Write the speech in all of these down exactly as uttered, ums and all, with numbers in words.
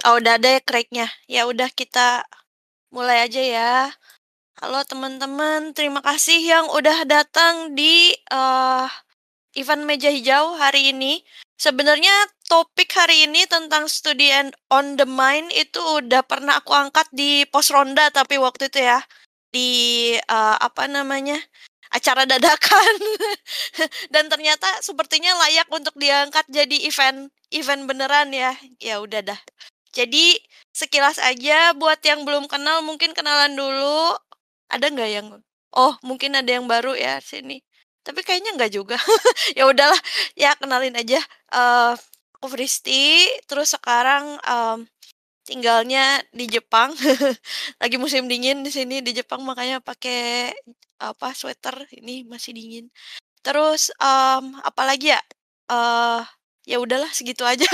Oh, udah ada ya crack-nya. Ya udah kita mulai aja ya. Halo teman-teman, terima kasih yang udah datang di eh, event meja hijau hari ini. Sebenarnya topik hari ini tentang studi and on the mind itu udah pernah aku angkat di pos ronda tapi waktu itu ya di eh, apa namanya acara dadakan dan ternyata sepertinya layak untuk diangkat jadi event event beneran ya. Ya udah dah. Jadi sekilas aja buat yang belum kenal mungkin kenalan dulu. Ada nggak yang oh mungkin ada yang baru ya sini. Tapi kayaknya nggak juga. Ya udahlah, ya kenalin aja. Eh aku Fristi, terus sekarang em, tinggalnya di Jepang. Lagi musim dingin di sini di Jepang makanya pakai apa sweater ini masih dingin. Terus em, apalagi ya? Eh ya udahlah segitu aja.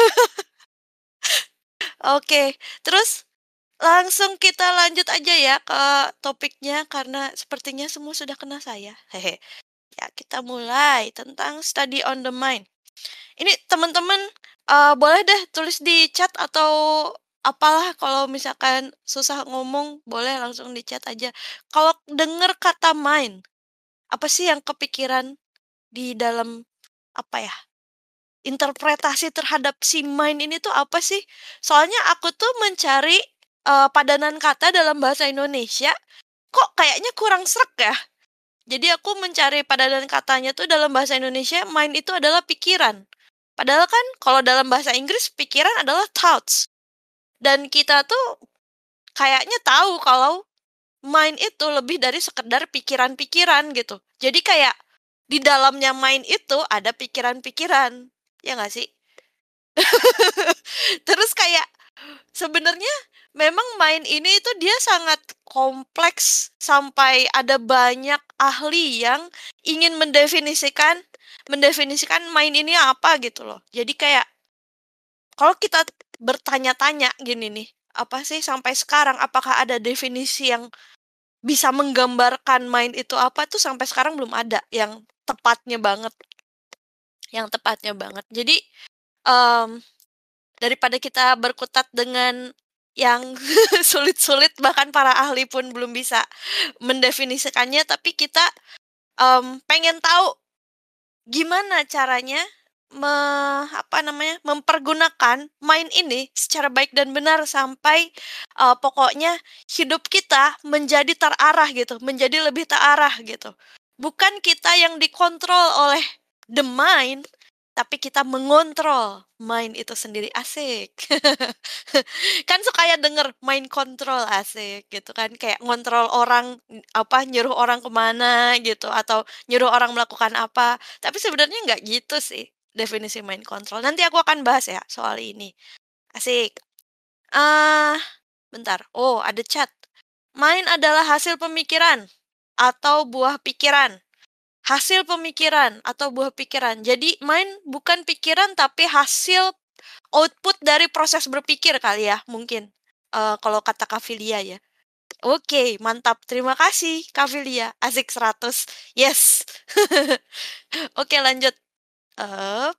Oke, terus langsung kita lanjut aja ya ke topiknya karena sepertinya semua sudah kenal saya. Hehe. Ya, kita mulai tentang study on the mind. Ini teman-teman eh, boleh deh tulis di chat atau apalah kalau misalkan susah ngomong boleh langsung di chat aja. Kalau denger kata mind, apa sih yang kepikiran di dalam apa ya? Interpretasi terhadap si mind ini tuh apa sih? Soalnya aku tuh mencari eh, padanan kata dalam bahasa Indonesia, kok kayaknya kurang sreg ya. Jadi aku mencari padanan katanya tuh dalam bahasa Indonesia, mind itu adalah pikiran. Padahal kan kalau dalam bahasa Inggris pikiran adalah thoughts. Dan kita tuh kayaknya tahu kalau mind itu lebih dari sekedar pikiran-pikiran gitu. Jadi kayak di dalamnya mind itu ada pikiran-pikiran. Ya nggak sih? Terus kayak sebenarnya memang main ini itu dia sangat kompleks sampai ada banyak ahli yang ingin mendefinisikan mendefinisikan main ini apa gitu loh. Jadi kayak kalau kita bertanya-tanya gini nih, apa sih sampai sekarang apakah ada definisi yang bisa menggambarkan main itu apa tuh sampai sekarang belum ada yang tepatnya banget, yang tepatnya banget. Jadi em, daripada kita berkutat dengan yang sulit-sulit, bahkan para ahli pun belum bisa mendefinisikannya, tapi kita em, pengen tahu gimana caranya me, apa namanya mempergunakan mind ini secara baik dan benar sampai eh, pokoknya hidup kita menjadi terarah gitu, menjadi lebih terarah gitu. Bukan kita yang dikontrol oleh the mind, tapi kita mengontrol mind itu sendiri. Asik. Kan suka ya denger mind control, asik gitu kan, kayak ngontrol orang, apa nyuruh orang kemana gitu atau nyuruh orang melakukan apa, tapi sebenarnya nggak gitu sih definisi mind control. Nanti aku akan bahas ya soal ini. Asik. Ah, bentar. Oh, ada chat. Mind adalah hasil pemikiran atau buah pikiran. Hasil pemikiran atau buah pikiran. Jadi mind bukan pikiran tapi hasil output dari proses berpikir kali ya, mungkin. Eh, kalau kata Kavilia ya. Oke, mantap. Terima kasih, Kavilia. Asik seratus. Yes. Oke, lanjut. Eh,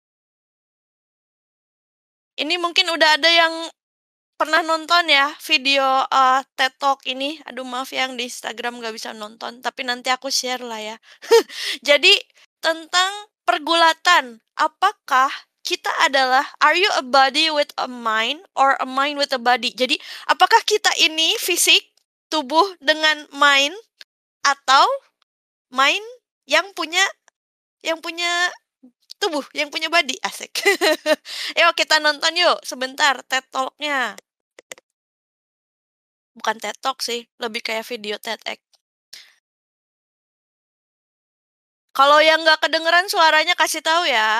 ini mungkin udah ada yang pernah nonton ya video eh, TED Talk ini. Aduh, maaf ya yang di Instagram nggak bisa nonton, tapi nanti aku share lah ya. Jadi, tentang pergulatan. Apakah kita adalah, are you a body with a mind or a mind with a body? Jadi, apakah kita ini fisik, tubuh dengan mind, atau mind yang punya yang punya tubuh, yang punya body? Asik. Yuk kita nonton yuk sebentar TED Talk-nya. Bukan TED Talk sih, lebih kayak video TEDx. Kalau yang nggak kedengeran suaranya kasih tahu ya.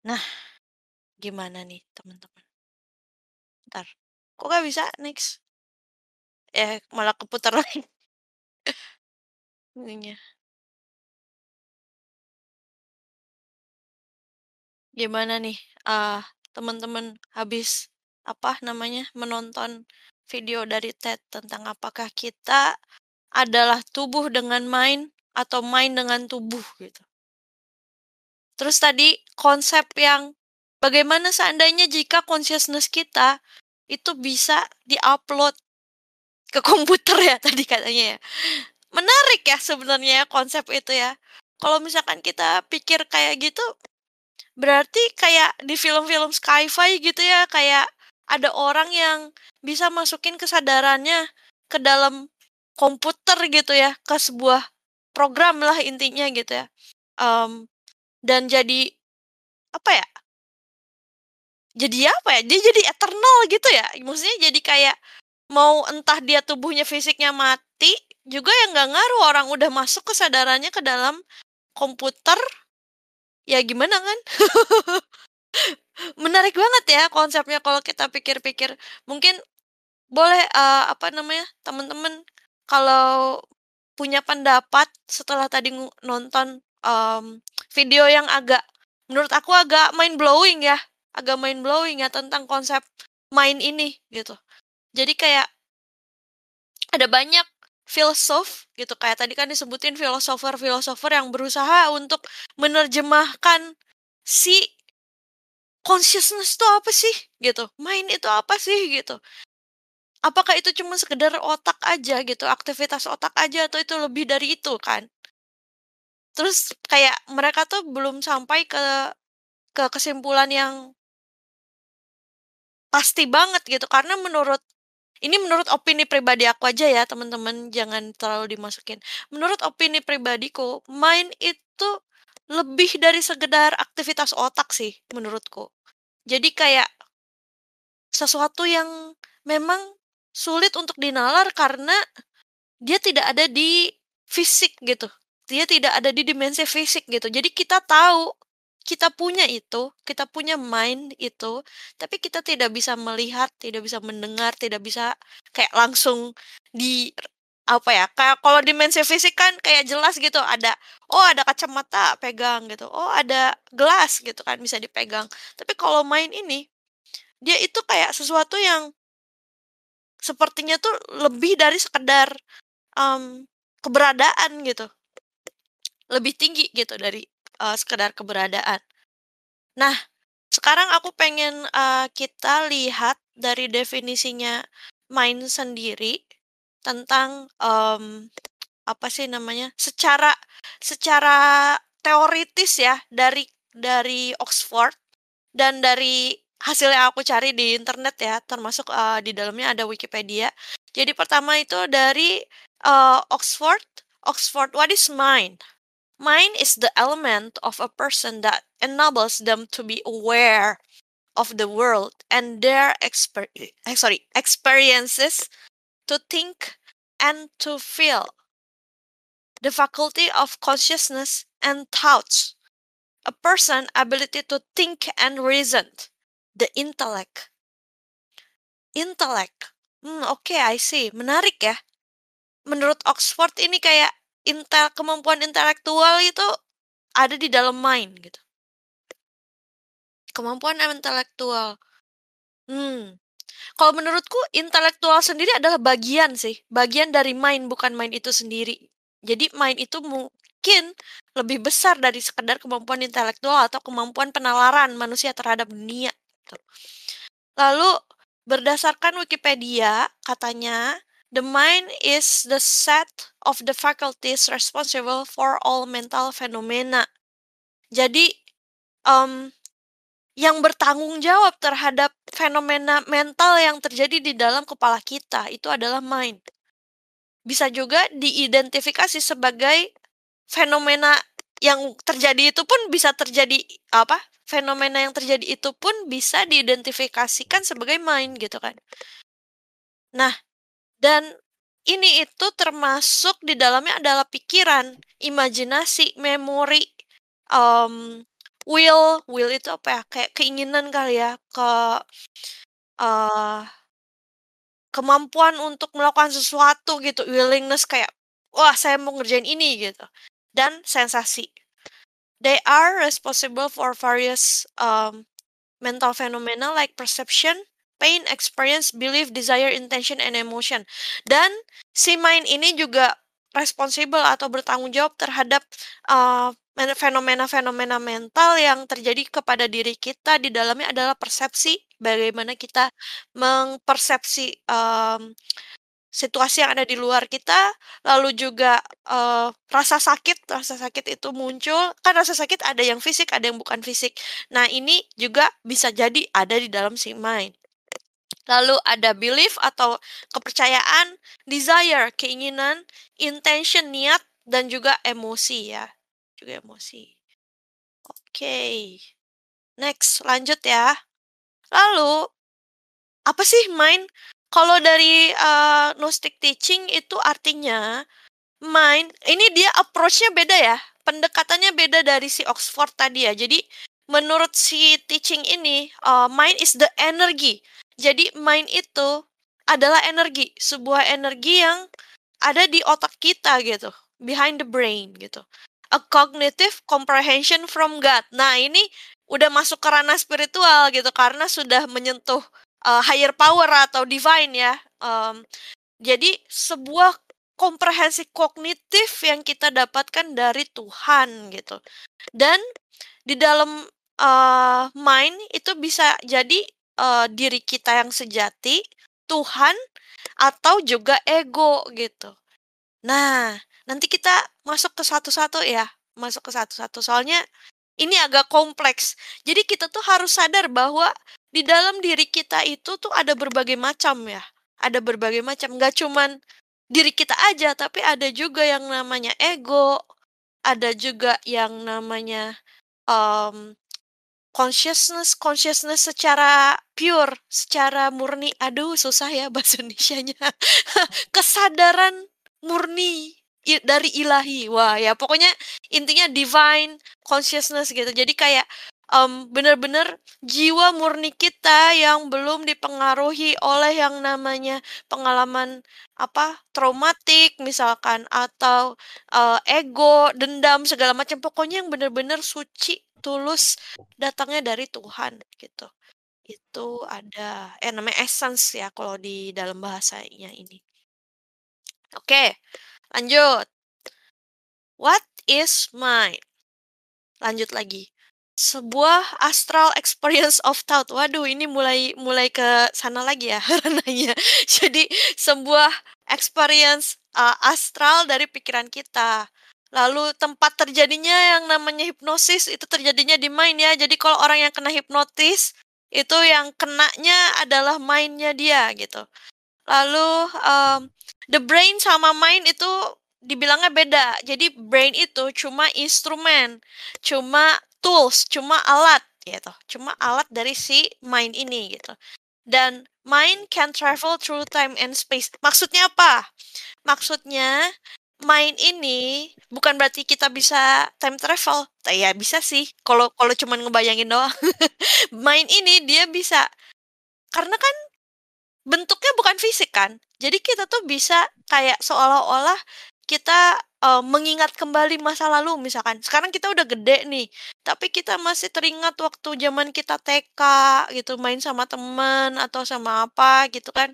Nah, gimana nih teman-teman? Entar, kok nggak bisa next? Eh, malah keputar lagi ininya. Gimana nih, eee, teman-teman habis, apa namanya, menonton video dari TED tentang apakah kita adalah tubuh dengan mind atau mind dengan tubuh gitu. Terus tadi konsep yang bagaimana seandainya jika consciousness kita itu bisa di-upload ke komputer ya tadi katanya ya. Menarik ya sebenarnya ya konsep itu ya. Kalau misalkan kita pikir kayak gitu, berarti kayak di film-film sci-fi gitu ya, kayak ada orang yang bisa masukin kesadarannya ke dalam komputer gitu ya, ke sebuah program lah intinya gitu ya. Mmm, dan jadi apa ya, jadi apa ya, dia jadi eternal gitu ya. Maksudnya jadi kayak mau entah dia tubuhnya fisiknya mati, juga ya nggak ngaruh orang udah masuk kesadarannya ke dalam komputer, ya gimana kan? Menarik banget ya konsepnya kalau kita pikir-pikir. Mungkin boleh, eee, apa namanya, teman-teman kalau punya pendapat setelah tadi ngu nonton, mmm, video yang agak menurut aku agak mind blowing ya, agak mind blowing ya tentang konsep mind ini gitu. Jadi kayak ada banyak filsuf gitu, kayak tadi kan disebutin filosofer-filosofer yang berusaha untuk menerjemahkan si consciousness itu apa sih gitu, mind itu apa sih gitu. Apakah itu cuma sekedar otak aja gitu, aktivitas otak aja atau itu lebih dari itu kan. Terus kayak mereka tuh belum sampai ke ke kesimpulan yang pasti banget gitu, karena menurut ini menurut opini pribadi aku aja ya teman-teman, jangan terlalu dimasukin. Menurut opini pribadiku, mind itu lebih dari sekedar aktivitas otak sih menurutku. Jadi kayak sesuatu yang memang sulit untuk dinalar karena dia tidak ada di fisik gitu. Dia tidak ada di dimensi fisik gitu. Jadi kita tahu, kita punya itu, kita punya mind itu, tapi kita tidak bisa melihat, tidak bisa mendengar, tidak bisa kayak langsung di apa ya, kayak kalau dimensi fisik kan kayak jelas gitu ada, oh ada kacamata pegang gitu, oh ada gelas gitu kan bisa dipegang. Tapi kalau mind ini, dia itu kayak sesuatu yang sepertinya tuh lebih dari sekedar Mmm, keberadaan gitu, lebih tinggi gitu dari, eee, sekedar keberadaan. Nah, sekarang aku pengen, eee, kita lihat dari definisinya mind sendiri tentang, mmm, apa sih namanya, secara secara teoritis ya dari dari Oxford dan dari hasil yang aku cari di internet ya, termasuk, eee, di dalamnya ada Wikipedia. Jadi pertama itu dari, eee, Oxford Oxford, what is mind? Mind is the element of a person that enables them to be aware of the world and their exper eh, sorry, experiences, to think and to feel. The faculty of consciousness and thoughts. A person ability to think and reason. The intellect. Intellect. Hmm, oke, I see. Menarik ya. Menurut Oxford ini kayak intel kemampuan intelektual itu ada di dalam mind gitu. Kemampuan intelektual. Hmm, kalau menurutku intelektual sendiri adalah bagian sih, bagian dari mind bukan mind itu sendiri. Jadi mind itu mungkin lebih besar dari sekedar kemampuan intelektual atau kemampuan penalaran manusia terhadap dunia. Gitu. Lalu berdasarkan Wikipedia, katanya the mind is the set of the faculties responsible for all mental phenomena. Jadi, em, yang bertanggung jawab terhadap fenomena mental yang terjadi di dalam kepala kita itu adalah mind. Bisa juga diidentifikasi sebagai fenomena yang terjadi itu pun bisa terjadi apa? Fenomena yang terjadi itu pun bisa diidentifikasikan sebagai mind gitu kan. Nah, dan ini itu termasuk di dalamnya adalah pikiran, imajinasi, memori, em, will will itu apa ya, kayak keinginan kali ya, ke eee, kemampuan untuk melakukan sesuatu gitu, willingness kayak, "Wah, saya mau ngerjain ini," gitu. Dan sensasi. They are responsible for various, um, mental phenomena like perception, pain, experience, belief, desire, intention, and emotion. Dan si mind ini juga responsible atau bertanggung jawab terhadap uh, men- fenomena-fenomena mental yang terjadi kepada diri kita. Di dalamnya adalah persepsi, bagaimana kita mengpersepsi um, situasi yang ada di luar kita, lalu juga, eee, rasa sakit rasa sakit itu muncul, kan rasa sakit ada yang fisik, ada yang bukan fisik. Nah, ini juga bisa jadi ada di dalam si mind. Lalu ada belief atau kepercayaan, desire, keinginan, intention, niat, dan juga emosi ya, juga emosi. Oke, next lanjut ya. Lalu apa sih mind? Kalau dari, eee, Gnostic teaching itu artinya mind ini dia approach-nya beda ya, pendekatannya beda dari si Oxford tadi ya. Jadi menurut si teaching ini, eee, mind is the energy. Jadi mind itu adalah energi, sebuah energi yang ada di otak kita gitu, behind the brain gitu. A cognitive comprehension from God. Nah, ini udah masuk ke ranah spiritual gitu karena sudah menyentuh uh, higher power atau divine ya. Um, jadi sebuah komprehensi kognitif yang kita dapatkan dari Tuhan gitu. Dan di dalam uh, mind itu bisa jadi uh, diri kita yang sejati, Tuhan, atau juga ego gitu. Nah, nanti kita masuk ke satu-satu ya, masuk ke satu-satu. Soalnya ini agak kompleks. Jadi kita tuh harus sadar bahwa di dalam diri kita itu tuh ada berbagai macam ya. Ada berbagai macam, nggak cuman diri kita aja, tapi ada juga yang namanya ego, ada juga yang namanya em, consciousness, consciousness secara pure, secara murni. Aduh, susah ya bahasa Indonesianya. Kesadaran murni i dari ilahi. Wah, ya pokoknya intinya divine consciousness gitu. Jadi kayak, mmm, bener-bener jiwa murni kita yang belum dipengaruhi oleh yang namanya pengalaman, apa, traumatik misalkan atau, eee, ego, dendam, segala macam. Pokoknya yang bener-bener suci, tulus, datangnya dari Tuhan gitu. Itu ada eh, namanya essence ya kalau di dalam bahasanya ini. Oke, lanjut. What is mind? Lanjut lagi. Sebuah astral experience of thought. Waduh, ini mulai mulai ke sana lagi ya ranahnya. Jadi sebuah experience uh, astral dari pikiran kita. Lalu tempat terjadinya yang namanya hipnosis itu terjadinya di mind ya. Jadi kalau orang yang kena hipnotis itu yang kenanya adalah mindnya dia gitu. Lalu, mmm, the brain sama mind itu dibilangnya beda. Jadi brain itu cuma instrumen, cuma tools, cuma alat gitu, cuma alat dari si mind ini gitu. Dan mind can travel through time and space. Maksudnya apa? Maksudnya mind ini bukan berarti kita bisa time travel. Ya bisa sih kalau kalau cuman ngebayangin doang. Mind ini dia bisa karena kan bentuknya bukan fisik kan. Jadi kita tuh bisa kayak seolah-olah kita, eee, mengingat kembali masa lalu misalkan. Sekarang kita udah gede nih, tapi kita masih teringat waktu zaman kita T K gitu, main sama temen atau sama apa gitu kan.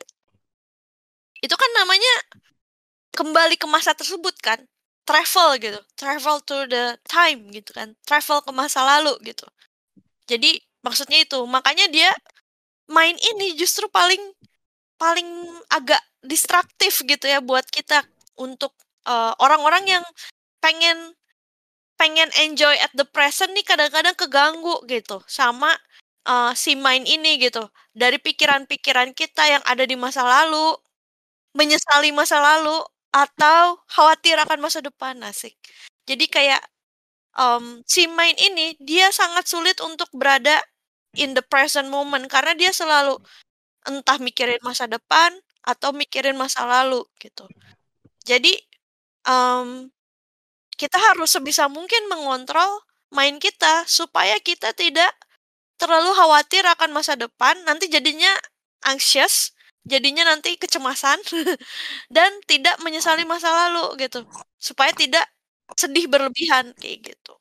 Itu kan namanya kembali ke masa tersebut kan, travel gitu, travel to the time gitu kan, travel ke masa lalu gitu. Jadi maksudnya itu, makanya dia main ini justru paling Paling agak distraktif gitu ya buat kita untuk, eee, orang-orang yang pengen pengen enjoy at the present nih kadang-kadang keganggu gitu sama, eee, si mind ini gitu. Dari pikiran-pikiran kita yang ada di masa lalu, menyesali masa lalu, atau khawatir akan masa depan, asik. Jadi kayak, mmm, si mind ini dia sangat sulit untuk berada in the present moment karena dia selalu entah mikirin masa depan atau mikirin masa lalu gitu. Jadi, mmm, kita harus sebisa mungkin mengontrol mind kita supaya kita tidak terlalu khawatir akan masa depan, nanti jadinya anxious, jadinya nanti kecemasan, dan tidak menyesali masa lalu gitu, supaya tidak sedih berlebihan, kayak gitu.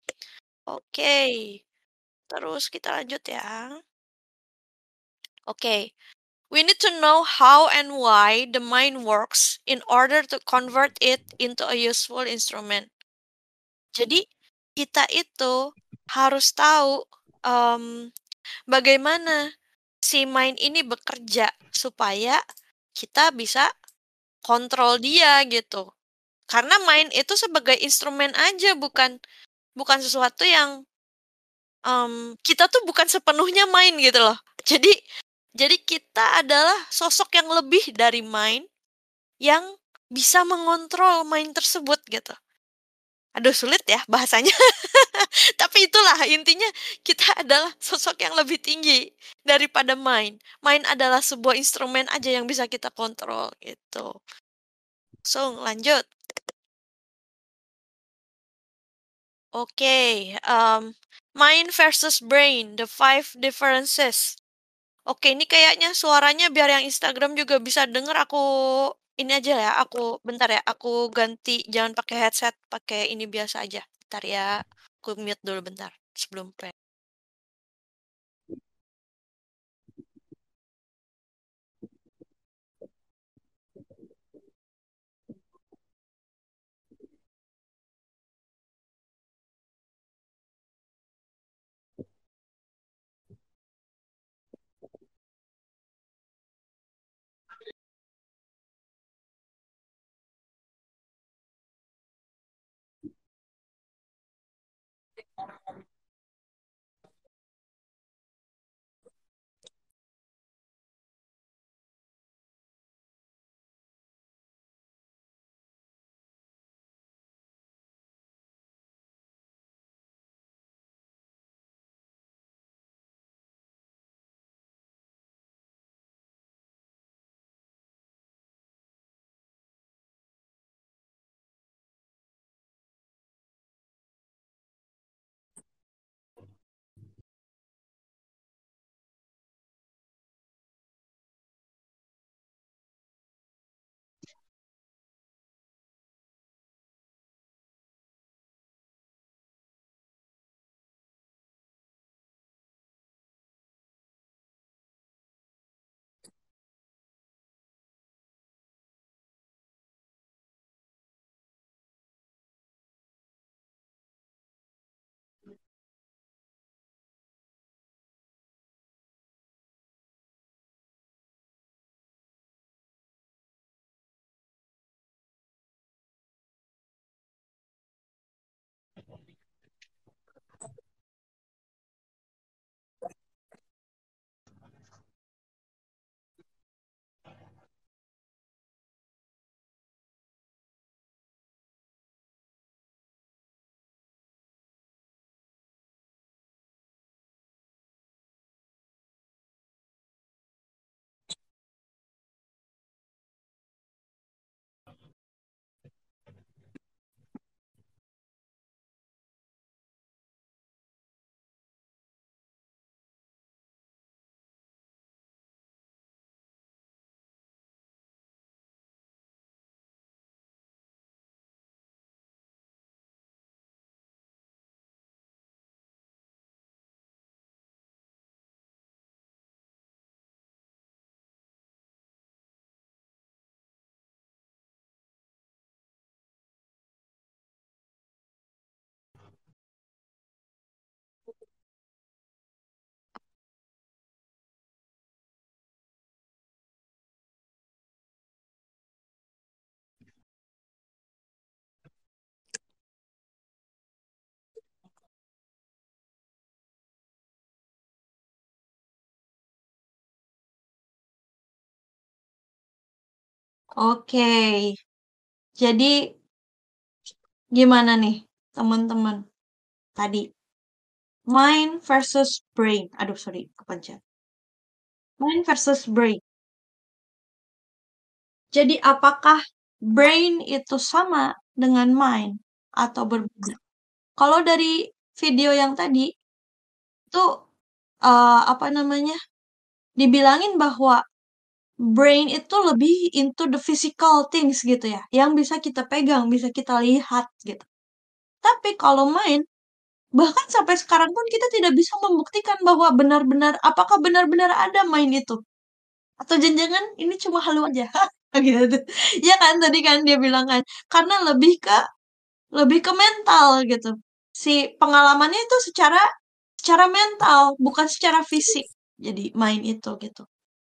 Oke, terus kita lanjut ya. Oke, we need to know how and why the mind works in order to convert it into a useful instrument. Jadi, kita itu harus tahu, mmm, bagaimana si mind ini bekerja supaya kita bisa kontrol dia gitu. Karena mind itu sebagai instrumen aja bukan bukan sesuatu yang, mmm, kita tuh bukan sepenuhnya mind gitu loh. Jadi jadi kita adalah sosok yang lebih dari mind yang bisa mengontrol mind tersebut gitu. Aduh sulit ya bahasanya. Tapi itulah intinya kita adalah sosok yang lebih tinggi daripada mind. Mind adalah sebuah instrumen aja yang bisa kita kontrol gitu. So, lanjut. Oke, mmm, mind versus brain, the five differences. Oke, ini kayaknya suaranya biar yang Instagram juga bisa denger, aku ini aja ya, aku bentar ya, aku ganti jangan pakai headset, pakai ini biasa aja. Bentar ya, aku mute dulu bentar sebelum play. Oke, jadi gimana nih teman-teman tadi? Mind versus brain. Aduh sorry, kepencet. Mind versus brain. Jadi apakah brain itu sama dengan mind atau berbeda? Kalau dari video yang tadi, itu, eee, apa namanya, dibilangin bahwa brain itu lebih into the physical things gitu ya, yang bisa kita pegang, bisa kita lihat gitu. Tapi kalau mind, bahkan sampai sekarang pun kita tidak bisa membuktikan bahwa benar-benar apakah benar-benar ada mind itu? Atau jangan-jangan ini cuma halu aja? Gitu. Iya kan tadi kan dia bilang kan, karena lebih ke lebih ke mental gitu. Si pengalamannya itu secara secara mental, bukan secara fisik. Jadi mind itu gitu.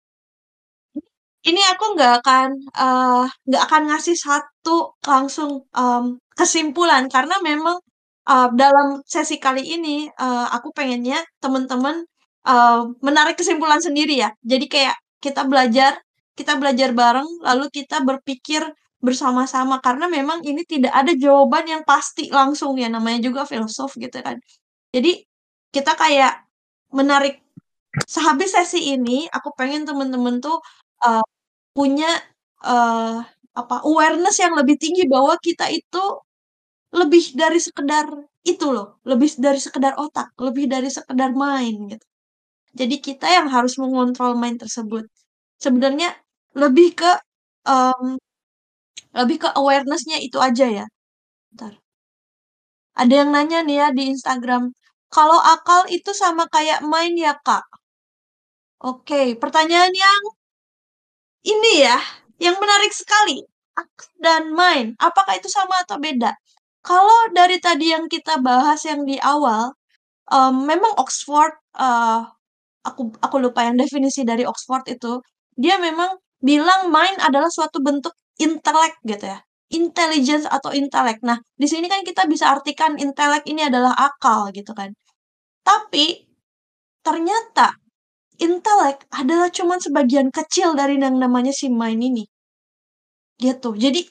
Ini aku nggak akan, eee, nggak akan ngasih satu langsung, mmm, kesimpulan karena memang, eee, dalam sesi kali ini, eee, aku pengennya temen-temen, eee, menarik kesimpulan sendiri ya. Jadi kayak kita belajar kita belajar bareng, lalu kita berpikir bersama-sama karena memang ini tidak ada jawaban yang pasti langsung ya, namanya juga filsuf gitu kan. Jadi kita kayak menarik sehabis sesi ini, aku pengen temen-temen tuh, eee, punya, eee, apa, awareness yang lebih tinggi bahwa kita itu lebih dari sekedar itu loh, lebih dari sekedar otak, lebih dari sekedar mind gitu. Jadi kita yang harus mengontrol mind tersebut. Sebenarnya lebih ke, mmm, lebih ke awareness-nya itu aja ya. Bentar, ada yang nanya nih ya di Instagram, "Kalau akal itu sama kayak mind ya, Kak?" Oke, pertanyaan yang ini ya, yang menarik sekali. Akal dan mind, apakah itu sama atau beda? Kalau dari tadi yang kita bahas yang di awal, mmm, memang Oxford, eee, aku aku lupa yang definisi dari Oxford itu, dia memang bilang mind adalah suatu bentuk intelek gitu ya, intelligence atau intelek. Nah, di sini kan kita bisa artikan intelek ini adalah akal gitu kan. Tapi ternyata intelek adalah cuman sebagian kecil dari yang namanya si mind ini. Gitu. Jadi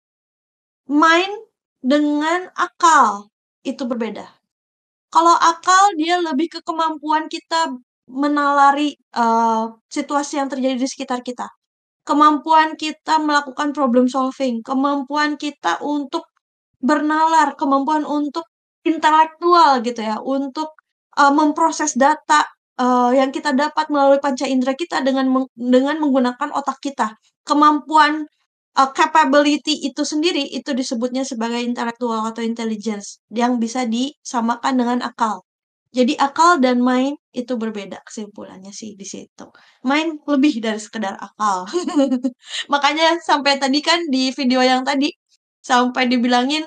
mind dengan akal itu berbeda. Kalau akal dia lebih ke kemampuan kita menalari, eee, situasi yang terjadi di sekitar kita. Kemampuan kita melakukan problem solving, kemampuan kita untuk bernalar, kemampuan untuk intelektual gitu ya, untuk, eee, memproses data, eee, yang kita dapat melalui panca indera kita dengan meng dengan menggunakan otak kita. Kemampuan, eee, capability itu sendiri, itu disebutnya sebagai intelektual atau intelligence, yang bisa disamakan dengan akal. Jadi akal dan mind itu berbeda kesimpulannya sih di situ. Mind lebih dari sekedar akal. Makanya sampai tadi kan di video yang tadi, sampai dibilangin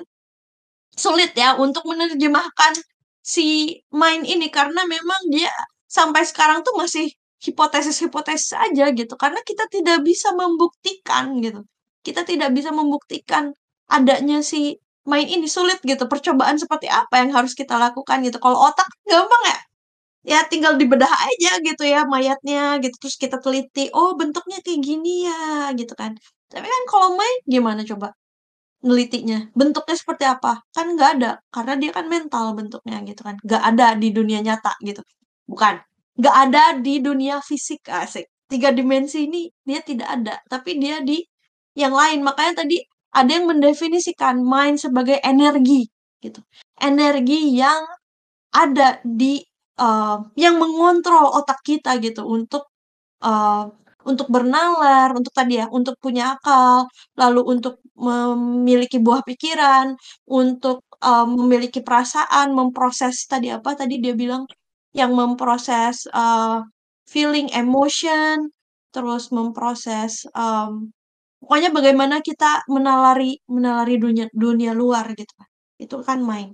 sulit ya untuk menerjemahkan si mind ini karena memang dia sampai sekarang tuh masih hipotesis-hipotesis aja gitu karena kita tidak bisa membuktikan gitu. Kita tidak bisa membuktikan adanya si mind ini sulit gitu. Percobaan seperti apa yang harus kita lakukan gitu. Kalau otak gampang ya. Ya tinggal dibedah aja gitu ya mayatnya gitu terus kita teliti, oh bentuknya kayak gini ya gitu kan. Tapi kan kalau mind gimana coba? Nelitinya, bentuknya seperti apa? Kan nggak ada, karena dia kan mental bentuknya gitu kan, nggak ada di dunia nyata gitu. Bukan, nggak ada di dunia fisik, asik. Tiga dimensi ini dia tidak ada, tapi dia di yang lain. Makanya tadi ada yang mendefinisikan mind sebagai energi gitu. Energi yang ada di eee, yang mengontrol otak kita gitu untuk Eee, untuk bernalar, untuk tadi ya, untuk punya akal, lalu untuk memiliki buah pikiran, untuk, eee, memiliki perasaan, memproses tadi apa tadi dia bilang, yang memproses, eee, feeling, emotion, terus memproses, mmm, pokoknya bagaimana kita menalari menalari dunia dunia luar gitu kan, itu kan mind.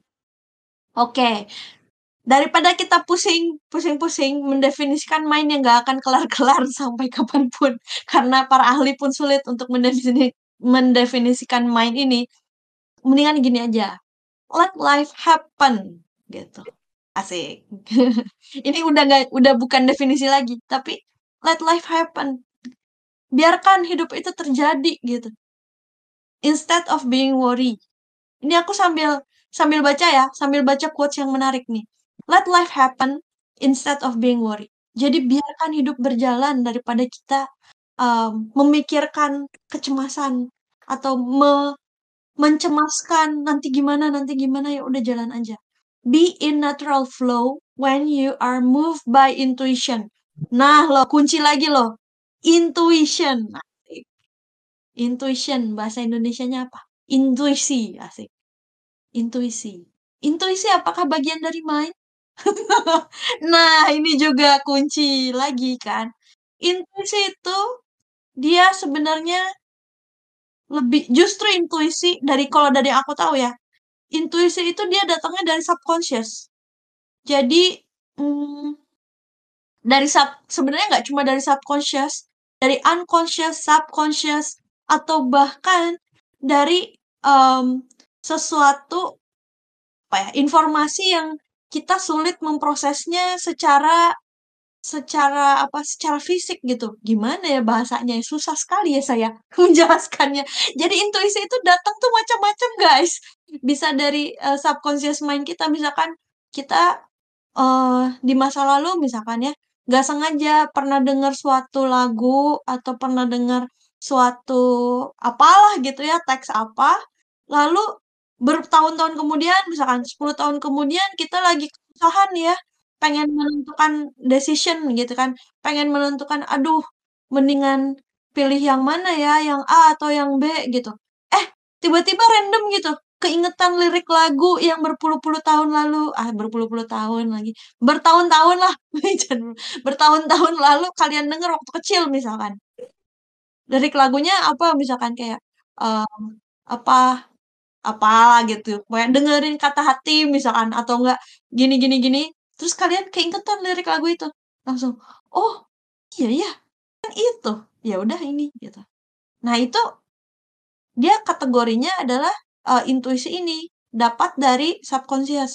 Oke. Daripada kita pusing pusing-pusing mendefinisikan mind yang nggak akan kelar-kelar sampai kapanpun, karena para ahli pun sulit untuk mendefini mendefinisikan mind ini, mendingan gini aja, let life happen, gitu. Asik. Ini udah nggak udah bukan definisi lagi, tapi let life happen. Biarkan hidup itu terjadi, gitu. Instead of being worry. Ini aku sambil sambil baca ya, sambil baca quotes yang menarik nih. Let life happen instead of being worried. Jadi biarkan hidup berjalan daripada kita um, memikirkan kecemasan atau me mencemaskan nanti gimana nanti gimana ya udah jalan aja. Be in natural flow when you are moved by intuition. Nah, lo kunci lagi lo. Intuition. Asik. Intuition bahasa Indonesianya apa? Intuisi, asik. Intuisi. Intuisi apakah bagian dari mind? Nah, ini juga kunci lagi kan. Intuisi itu dia sebenarnya lebih justru intuisi dari kalau dari aku tahu ya. Intuisi itu dia datangnya dari subconscious. Jadi mm, dari sub sebenarnya nggak cuma dari subconscious, dari unconscious, subconscious, atau bahkan dari em, sesuatu apa ya informasi yang kita sulit memprosesnya secara secara apa secara fisik gitu. Gimana ya bahasanya? Susah sekali ya saya menjelaskannya. Jadi intuisi itu datang tuh macam-macam, guys. Bisa dari eh, subconscious mind kita, misalkan kita eh di masa lalu misalkan ya, nggak sengaja pernah dengar suatu lagu atau pernah dengar suatu apalah gitu ya, teks apa, lalu bertahun-tahun kemudian, misalkan sepuluh tahun kemudian kita lagi kesusahan ya, pengen menentukan decision gitu kan, pengen menentukan, aduh, mendingan pilih yang mana ya, yang A atau yang B gitu. Eh, tiba-tiba random gitu, keingetan lirik lagu yang berpuluh-puluh tahun lalu, ah berpuluh-puluh tahun lagi, bertahun-tahun lah, bertahun-tahun lalu kalian denger waktu kecil misalkan. Lirik lagunya apa misalkan kayak em, apa apalah gitu. Kayak dengerin kata hati misalkan atau enggak gini gini gini. Terus kalian keingetan lirik lagu itu. Langsung, oh iya ya, kan itu. Ya udah ini gitu. Nah, itu dia kategorinya adalah eh, intuisi ini dapat dari subconscious.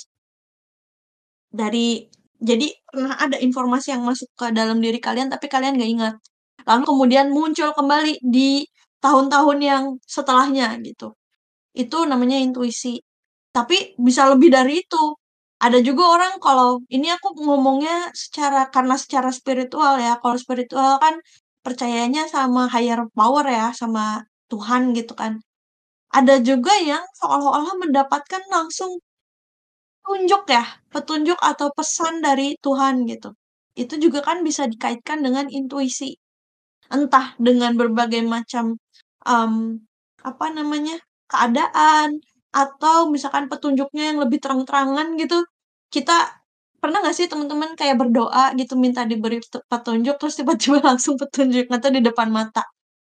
Dari jadi pernah ada informasi yang masuk ke dalam diri kalian tapi kalian gak ingat. Lalu kemudian muncul kembali di tahun-tahun yang setelahnya gitu. Itu namanya intuisi. Tapi bisa lebih dari itu. Ada juga orang kalau ini aku ngomongnya secara karena secara spiritual ya. Kalau spiritual kan percayanya sama higher power ya, sama Tuhan gitu kan. Ada juga yang seolah-olah mendapatkan langsung petunjuk ya, petunjuk atau pesan dari Tuhan gitu. Itu juga kan bisa dikaitkan dengan intuisi. Entah dengan berbagai macam em, apa namanya keadaan atau misalkan petunjuknya yang lebih terang-terangan gitu. Kita pernah nggak sih teman-teman kayak berdoa gitu minta diberi petunjuk terus tiba-tiba langsung petunjuk atau di depan mata.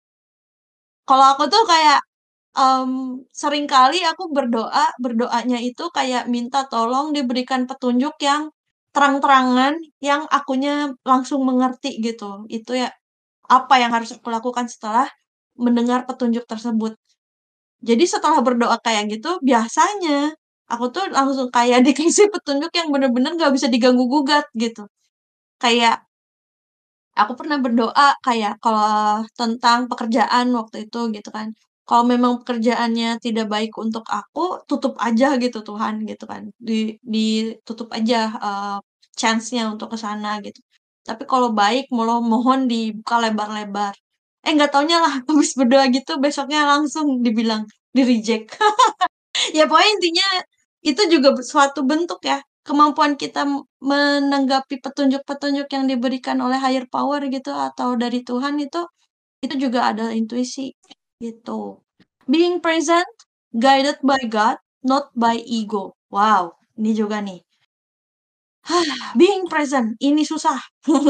Kalau aku tuh kayak em, seringkali aku berdoa, berdoanya itu kayak minta tolong diberikan petunjuk yang terang-terangan, yang akunya langsung mengerti gitu. Itu ya apa yang harus aku lakukan setelah mendengar petunjuk tersebut. Jadi setelah berdoa kayak gitu, biasanya aku tuh langsung kayak dikasih petunjuk yang bener-bener gak bisa diganggu-gugat gitu. Kayak aku pernah berdoa kayak kalau tentang pekerjaan waktu itu gitu kan. Kalau memang pekerjaannya tidak baik untuk aku, tutup aja gitu Tuhan gitu kan. Di ditutup aja eh, chance-nya untuk ke sana gitu. Tapi kalau baik, mohon mohon dibuka lebar-lebar. Eh nggak taunya lah, habis berdoa gitu besoknya langsung dibilang di reject. Ya pokoknya intinya itu juga suatu bentuk ya kemampuan kita m- menanggapi petunjuk-petunjuk yang diberikan oleh higher power gitu atau dari Tuhan itu itu juga ada intuisi gitu. Being present, guided by God, not by ego. Wow, ini juga nih. Being present, ini susah.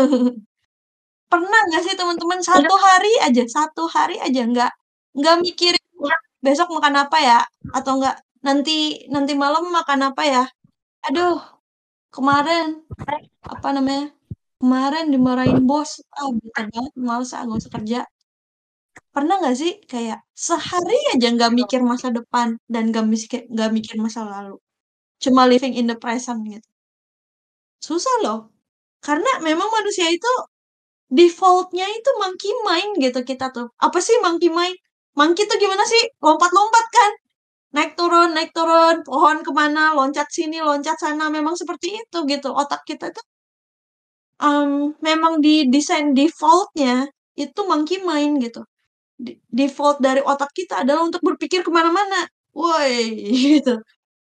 Pernah nggak sih teman-teman satu hari aja, satu hari aja nggak nggak mikirin besok makan apa ya, atau nggak nanti nanti malam makan apa ya? Aduh, kemarin apa namanya? Kemarin dimarahin bos, ah bete banget, males ah nggak usah kerja. Pernah nggak sih kayak sehari aja nggak mikir masa depan dan nggak mikir nggak mikir masa lalu, cuma living in the present gitu. Susah loh, karena memang manusia itu defaultnya itu monkey mind gitu kita tuh. Apa sih monkey mind? Monkey tuh gimana sih? Lompat-lompat kan? Naik turun, naik turun, pohon kemana, loncat sini, loncat sana. Memang seperti itu gitu. Otak kita tuh em, memang di desain defaultnya itu monkey mind gitu. Di- Default dari otak kita adalah untuk berpikir kemana-mana. Woi, gitu.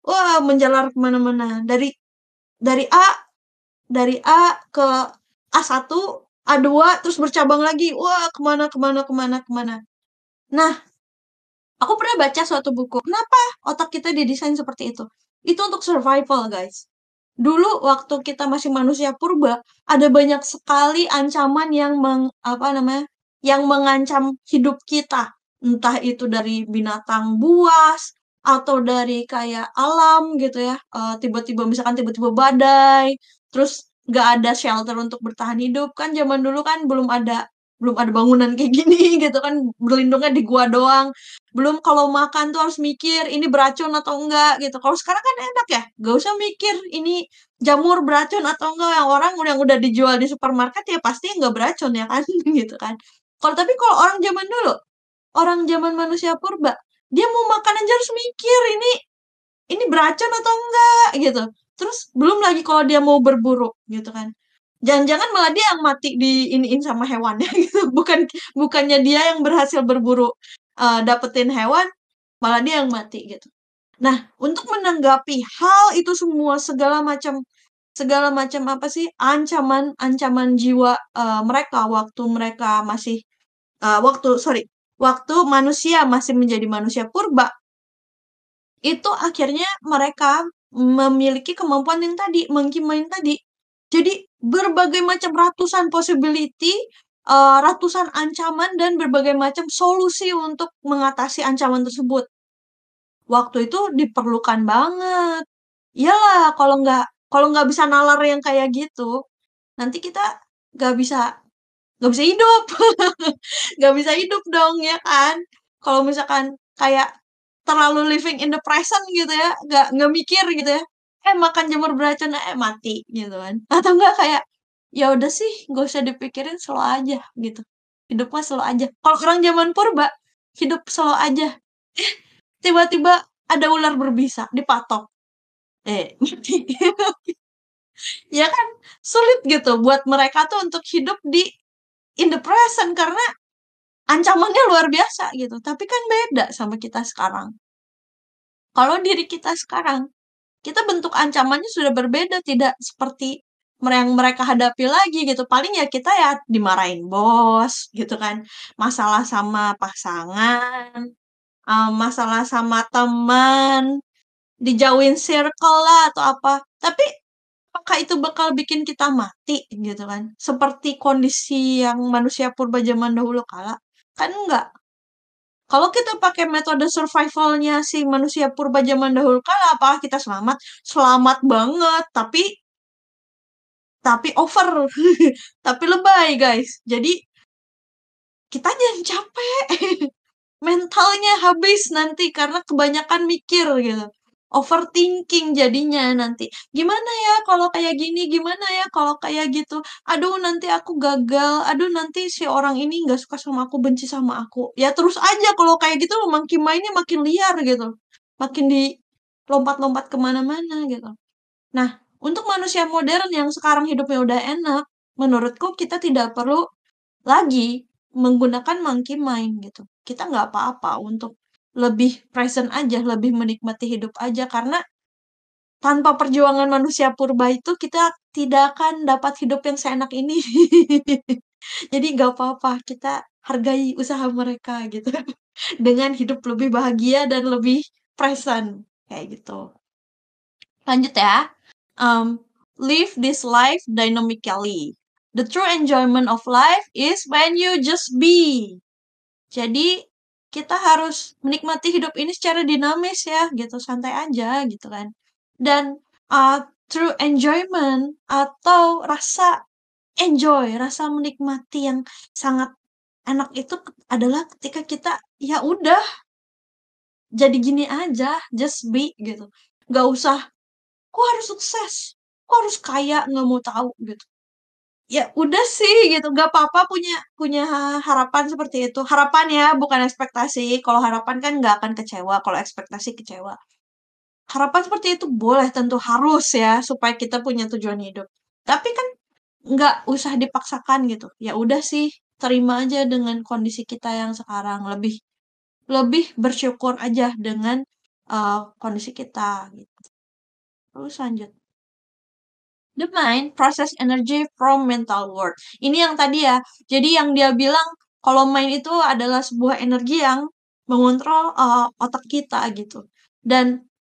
wah menjalar ke mana-mana. Dari dari A dari A ke A satu, A dua, terus bercabang lagi. Wah, kemana kemana kemana kemana. Nah, aku pernah baca suatu buku. Kenapa otak kita didesain seperti itu? Itu untuk survival, guys. Dulu waktu kita masih manusia purba, ada banyak sekali ancaman yang meng, apa namanya? Yang mengancam hidup kita. Entah itu dari binatang buas atau dari kayak alam gitu ya. Eh, tiba-tiba misalkan tiba-tiba badai, terus nggak ada shelter untuk bertahan hidup. Kan zaman dulu kan belum ada belum ada bangunan kayak gini gitu kan, berlindungnya di gua doang. Belum kalau makan tuh harus mikir ini beracun atau enggak gitu. Kalau sekarang kan enak ya, gak usah mikir ini jamur beracun atau enggak. Yang orang yang udah dijual di supermarket ya pasti nggak beracun ya kan gitu kan. Kalau tapi kalau orang zaman dulu, orang zaman manusia purba, dia mau makan aja harus mikir ini ini beracun atau enggak gitu. Terus belum lagi kalau dia mau berburu gitu kan. Jangan-jangan malah dia yang mati di iniin sama hewannya gitu. Bukan bukannya dia yang berhasil berburu eh, dapetin hewan, malah dia yang mati gitu. Nah, untuk menanggapi hal itu semua segala macam segala macam apa sih ancaman ancaman jiwa eh, mereka waktu mereka masih eh, waktu sorry waktu manusia masih menjadi manusia purba, itu akhirnya mereka memiliki kemampuan yang tadi, monkey mind tadi. Jadi berbagai macam ratusan possibility, eh, ratusan ancaman dan berbagai macam solusi untuk mengatasi ancaman tersebut. Waktu itu diperlukan banget. Iyalah, kalau nggak kalau nggak bisa nalar yang kayak gitu, nanti kita nggak bisa nggak bisa hidup. Nggak bisa hidup dong, ya kan? Kalau misalkan kayak terlalu living in the present gitu ya, nggak nggak mikir gitu ya. Eh makan jamur beracun, eh mati gitu kan. Atau enggak kayak ya udah sih, nggak usah dipikirin, slow aja gitu. Hidupnya slow aja. Kalau orang zaman purba, hidup slow aja. Tiba-tiba ada ular berbisa, dipatok. Eh, mati. Ya kan? Sulit gitu buat mereka tuh untuk hidup di in the present karena ancamannya luar biasa gitu. Tapi kan beda sama kita sekarang. Kalau diri kita sekarang, kita bentuk ancamannya sudah berbeda, tidak seperti yang mereka hadapi lagi gitu. Paling ya kita ya dimarahin bos gitu kan. Masalah sama pasangan, eh, masalah sama teman, dijauhin circle lah atau apa. Tapi apakah itu bakal bikin kita mati gitu kan? Seperti kondisi yang manusia purba zaman dahulu kala? Kan enggak. Kalau kita pakai metode survivalnya si manusia purba zaman dahulu kala, apakah kita selamat? Selamat banget, tapi tapi over, tapi lebay guys. Jadi kita jangan capek, mentalnya habis nanti karena kebanyakan mikir gitu. Overthinking jadinya nanti. Gimana ya kalau kayak gini, gimana ya kalau kayak gitu. Aduh nanti aku gagal, aduh nanti si orang ini nggak suka sama aku, benci sama aku. Ya terus aja kalau kayak gitu makin mainnya makin liar gitu. Makin di lompat-lompat kemana-mana gitu. Nah, untuk manusia modern yang sekarang hidupnya udah enak, menurutku kita tidak perlu lagi menggunakan monkey mind gitu. Kita nggak apa-apa untuk lebih present aja, lebih menikmati hidup aja, karena tanpa perjuangan manusia purba itu kita tidak akan dapat hidup yang seenak ini. Jadi nggak apa-apa, kita hargai usaha mereka gitu. Dengan hidup lebih bahagia dan lebih present. Kayak gitu. Lanjut ya. Um, Live this life dynamically. The true enjoyment of life is when you just be. Jadi kita harus menikmati hidup ini secara dinamis ya, gitu, santai aja gitu kan. Dan uh, true enjoyment atau rasa enjoy, rasa menikmati yang sangat enak itu adalah ketika kita ya udah jadi gini aja, just be gitu. Gak usah, kok harus sukses, kok harus kaya, nggak mau tahu gitu. Ya udah sih gitu, gak apa-apa punya punya harapan seperti itu. Harapan ya, bukan ekspektasi. Kalau harapan kan nggak akan kecewa, kalau ekspektasi kecewa. Harapan seperti itu boleh, tentu harus ya, supaya kita punya tujuan hidup. Tapi kan nggak usah dipaksakan gitu. Ya udah sih, terima aja dengan kondisi kita yang sekarang. Lebih lebih bersyukur aja dengan eee, kondisi kita gitu. Terus lanjut. The mind process energy from mental world. Ini yang tadi ya. Jadi yang dia bilang kalau mind itu adalah sebuah energi yang mengontrol uh, otak kita gitu. Dan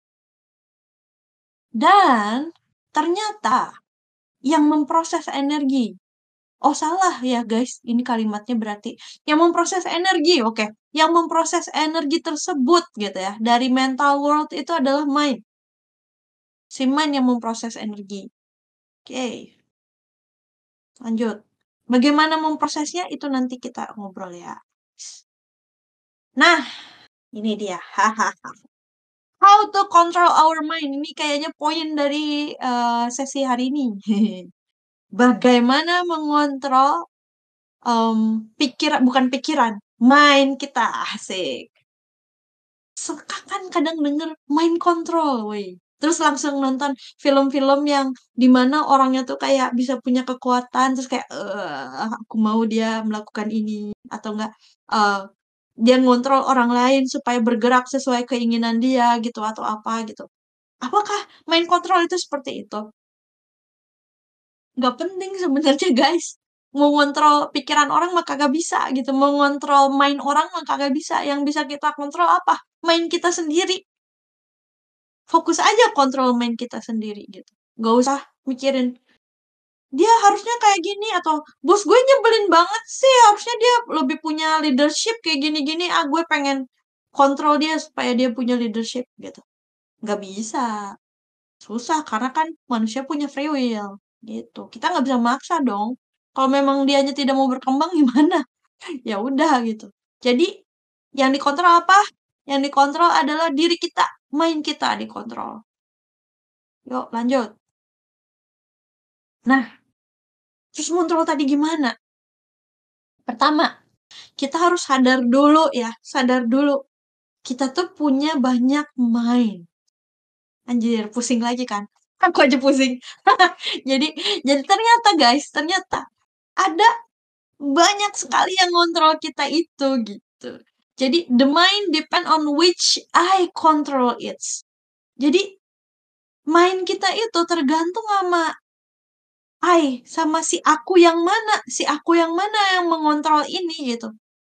dan ternyata yang memproses energi. Oh salah ya guys, ini kalimatnya berarti yang memproses energi, oke. Okay. Yang memproses energi tersebut gitu ya dari mental world itu adalah mind. Si mind yang memproses energi. Oke. Okay. Lanjut. Bagaimana memprosesnya itu nanti kita ngobrol ya. Nah, ini dia. How to control our mind. Ini kayaknya poin dari uh, sesi hari ini. Bagaimana mengontrol um, pikiran, bukan pikiran, mind kita. Asik. Suka kan kadang denger mind control, woi. Terus langsung nonton film-film yang dimana orangnya tuh kayak bisa punya kekuatan, terus kayak, eh aku mau dia melakukan ini. Atau enggak, eh dia ngontrol orang lain supaya bergerak sesuai keinginan dia gitu, atau apa gitu. Apakah mind control itu seperti itu? Nggak penting sebenarnya guys. Mau ngontrol pikiran orang mah kagak bisa gitu. Mau ngontrol mind orang mah kagak bisa. Yang bisa kita kontrol apa? Mind kita sendiri. Fokus aja kontrol mind kita sendiri gitu. Gak usah mikirin dia harusnya kayak gini atau bos gue nyebelin banget sih, harusnya dia lebih punya leadership kayak gini-gini, ah gue pengen kontrol dia supaya dia punya leadership gitu. Nggak bisa. Susah karena kan manusia punya free will gitu. Kita nggak bisa maksa dong. Kalau memang dianya tidak mau berkembang gimana? Ya udah gitu. Jadi yang dikontrol apa? Yang dikontrol adalah diri kita, mind kita dikontrol. Yuk lanjut. Nah, terus kontrol tadi gimana? Pertama, kita harus sadar dulu ya, sadar dulu. Kita tuh punya banyak mind. Anjir, pusing lagi kan? Aku aja pusing. Jadi, jadi ternyata guys, ternyata ada banyak sekali yang ngontrol kita itu gitu. Jadi the mind depend on which I control it. Jadi mind kita itu tergantung sama I, sama si aku yang mana, si aku yang mana yang mengontrol ini gitu.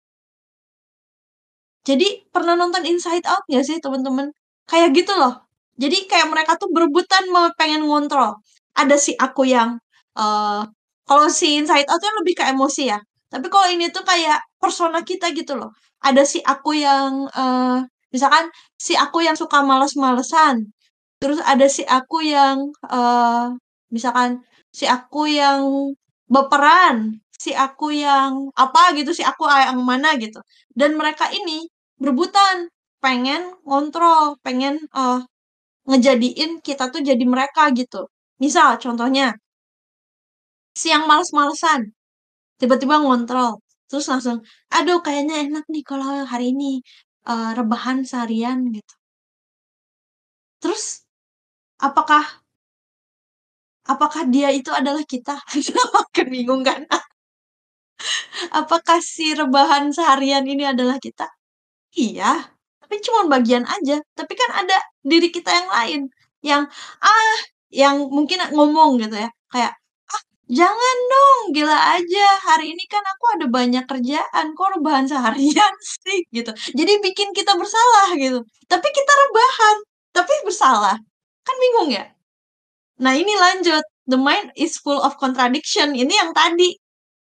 Jadi pernah nonton Inside Out gak sih teman-teman? Kayak gitu loh. Jadi kayak mereka tuh berebutan mau pengen ngontrol. Ada si aku yang uh, kalau si Inside Out kan lebih ke emosi ya. Tapi kalau ini tuh kayak persona kita gitu loh. Ada si aku yang uh, misalkan si aku yang suka males-malesan. Terus ada si aku yang uh, misalkan si aku yang baperan, si aku yang apa gitu, si aku yang mana gitu. Dan mereka ini berebutan pengen ngontrol, pengen uh, ngejadiin kita tuh jadi mereka gitu. Misal contohnya, si yang males-malesan tiba-tiba ngontrol. Terus langsung, aduh kayaknya enak nih kalau hari ini uh, rebahan seharian gitu. Terus apakah apakah dia itu adalah kita? Makin bingung kan? Apakah si rebahan seharian ini adalah kita? Iya, tapi cuma bagian aja. Tapi kan ada diri kita yang lain yang ah, yang mungkin ngomong gitu ya, kayak ah jangan dong, gila aja. Hari ini kan aku ada banyak kerjaan, kok rebahan seharian sih gitu. Jadi bikin kita bersalah gitu. Tapi kita rebahan, tapi bersalah. Kan bingung ya? Nah, ini lanjut. The mind is full of contradiction. Ini yang tadi.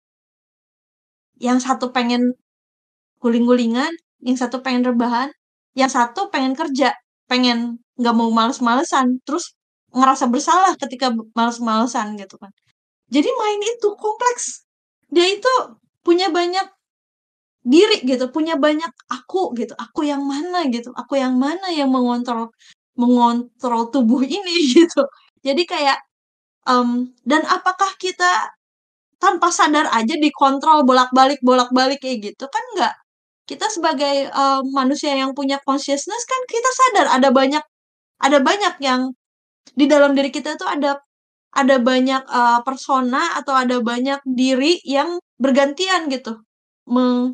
Yang satu pengen guling-gulingan, yang satu pengen rebahan, yang satu pengen kerja, pengen nggak mau males-malesan, terus ngerasa bersalah ketika males-malesan gitu kan. Jadi main itu kompleks. Dia itu punya banyak diri gitu, punya banyak aku gitu. Aku yang mana gitu, aku yang mana yang mengontrol mengontrol tubuh ini gitu. Jadi kayak um, dan apakah kita tanpa sadar aja dikontrol bolak-balik bolak-balik kayak gitu kan nggak, kita sebagai uh, manusia yang punya consciousness kan kita sadar ada banyak ada banyak yang di dalam diri kita tuh ada ada banyak uh, persona atau ada banyak diri yang bergantian gitu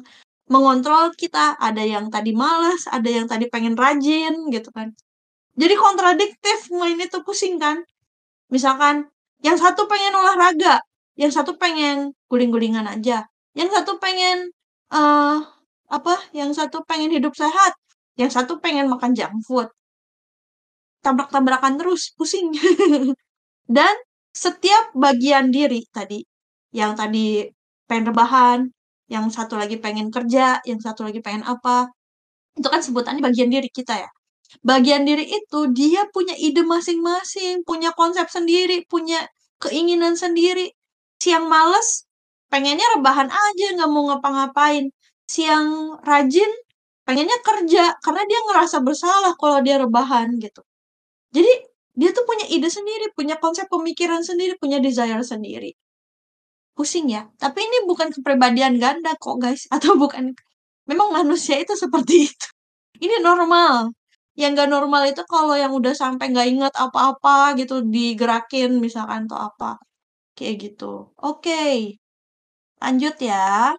mengontrol kita. Ada yang tadi malas, ada yang tadi pengen rajin gitu kan. Jadi kontradiktif main itu, pusing kan. Misalkan yang satu pengen olahraga, yang satu pengen guling-gulingan aja, yang satu pengen eee, apa, yang satu pengen hidup sehat, yang satu pengen makan junk food. Tabrak-tabrakan terus, pusing. Dan setiap bagian diri tadi, yang tadi pengen rebahan, yang satu lagi pengen kerja, yang satu lagi pengen apa, itu kan sebutannya bagian diri kita ya. Bagian diri itu dia punya ide masing-masing, punya konsep sendiri, punya keinginan sendiri. Si yang males, pengennya rebahan aja, nggak mau ngapa-ngapain. Si yang rajin, pengennya kerja, karena dia ngerasa bersalah kalau dia rebahan gitu. Jadi, dia tuh punya ide sendiri, punya konsep pemikiran sendiri, punya desire sendiri. Pusing ya, tapi ini bukan kepribadian ganda kok guys, atau bukan, memang manusia itu seperti itu. Ini normal. Yang nggak normal itu kalau yang udah sampai nggak inget apa-apa gitu, digerakin misalkan atau apa. Kayak gitu. Oke, lanjut ya.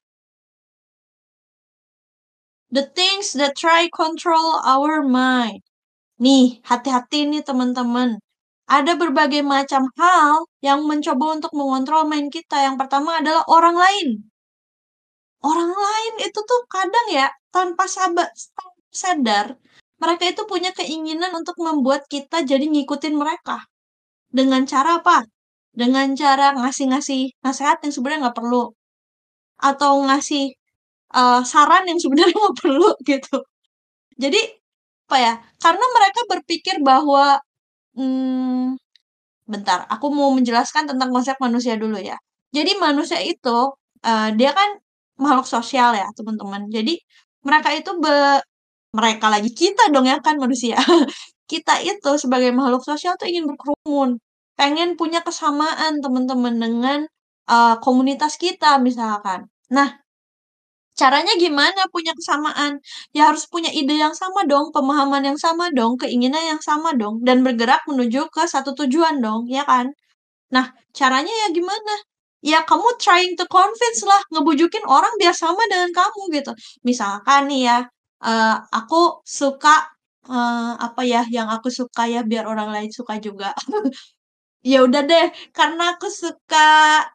The things that try control our mind. Nih, hati-hati nih teman-teman. Ada berbagai macam hal yang mencoba untuk mengontrol mind kita. Yang pertama adalah orang lain. Orang lain itu tuh kadang ya, tanpa sabar, tanpa sadar, mereka itu punya keinginan untuk membuat kita jadi ngikutin mereka. Dengan cara apa? Dengan cara ngasih-ngasih nasihat yang sebenarnya nggak perlu. Atau ngasih uh, saran yang sebenarnya nggak perlu gitu. Jadi, apa ya, karena mereka berpikir bahwa, hmm, bentar, aku mau menjelaskan tentang konsep manusia dulu ya. Jadi manusia itu, uh, dia kan makhluk sosial ya teman-teman. Jadi mereka itu be mereka lagi, kita dong ya kan manusia. Kita itu sebagai makhluk sosial tuh ingin berkerumun, pengen punya kesamaan teman-teman dengan, eee, komunitas kita misalkan. Nah, caranya gimana punya kesamaan? Ya harus punya ide yang sama dong, pemahaman yang sama dong, keinginan yang sama dong, dan bergerak menuju ke satu tujuan dong, ya kan? Nah, caranya ya gimana? Ya kamu trying to convince lah, ngebujukin orang biar sama dengan kamu gitu. Misalkan nih ya, eee, aku suka, eee, apa ya, yang aku suka ya biar orang lain suka juga. Ya udah deh, karena aku suka,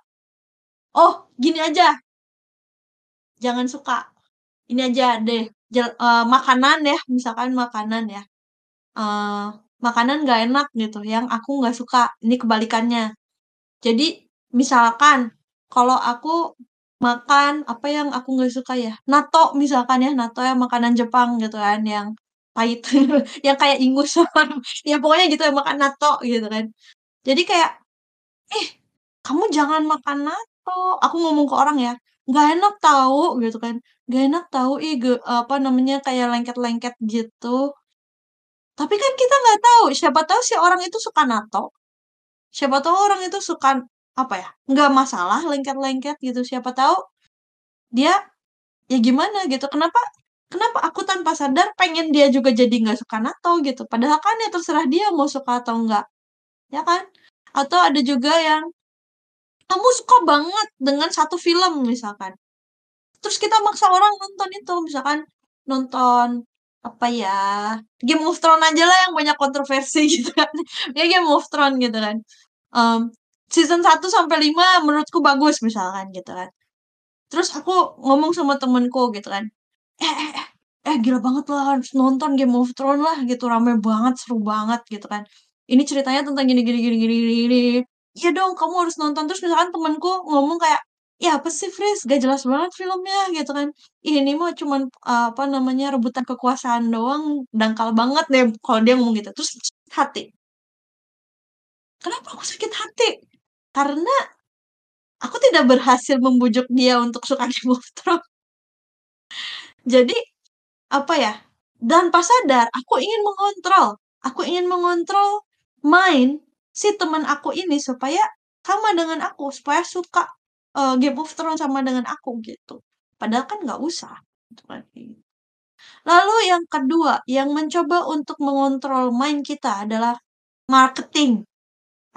oh gini aja, jangan suka, ini aja deh, jel eee, makanan ya, misalkan makanan ya, eee, makanan nggak enak gitu yang aku nggak suka, ini kebalikannya. Jadi, misalkan kalau aku makan apa yang aku nggak suka ya, natto misalkan ya, natto ya makanan Jepang gitu kan yang pahit, yang kayak ingus, ya pokoknya gitu ya, makan natto gitu kan. Jadi kayak, "Ih, kamu jangan makan natto," aku ngomong ke orang ya, "nggak enak tahu," gitu kan, "nggak enak tahu, ih ge apa namanya, kayak lengket-lengket gitu." Tapi kan kita nggak tahu, siapa tahu si orang itu suka natto. Siapa tahu orang itu suka, apa ya, nggak masalah lengket-lengket gitu, siapa tahu dia, ya gimana gitu, kenapa kenapa aku tanpa sadar pengen dia juga jadi nggak suka natto gitu, padahal kan ya terserah dia mau suka atau enggak, ya kan? Atau ada juga yang, kamu suka banget dengan satu film misalkan, terus kita maksa orang nonton itu, misalkan nonton, apa ya, Game of Thrones aja lah yang banyak kontroversi gitu kan, ya Game of Thrones gitu kan. Mmm, season satu sampai lima menurutku bagus misalkan gitu kan. Terus aku ngomong sama temenku gitu kan, "Eh eh eh, eh gila banget lah harus nonton Game of Thrones lah gitu, rame banget, seru banget," gitu kan. "Ini ceritanya tentang gini gini gini gini gini gini." "Iya dong kamu harus nonton." Terus misalkan temenku ngomong kayak, "Ih apa sih Fris, gak jelas banget filmnya," gitu kan. "Ih ini mah cuman, eee, apa namanya, rebutan kekuasaan doang, dangkal banget deh," kalau dia ngomong gitu. Terus sakit hati. Kenapa aku sakit hati? Karena aku tidak berhasil membujuk dia untuk suka Game of Thrones. Jadi, apa ya, tanpa sadar aku ingin mengontrol. Aku ingin mengontrol mind si teman aku ini supaya sama dengan aku, supaya suka, eee, Game of Thrones sama dengan aku gitu. Padahal kan nggak usah, gitu kan. Lalu yang kedua, yang mencoba untuk mengontrol mind kita adalah marketing.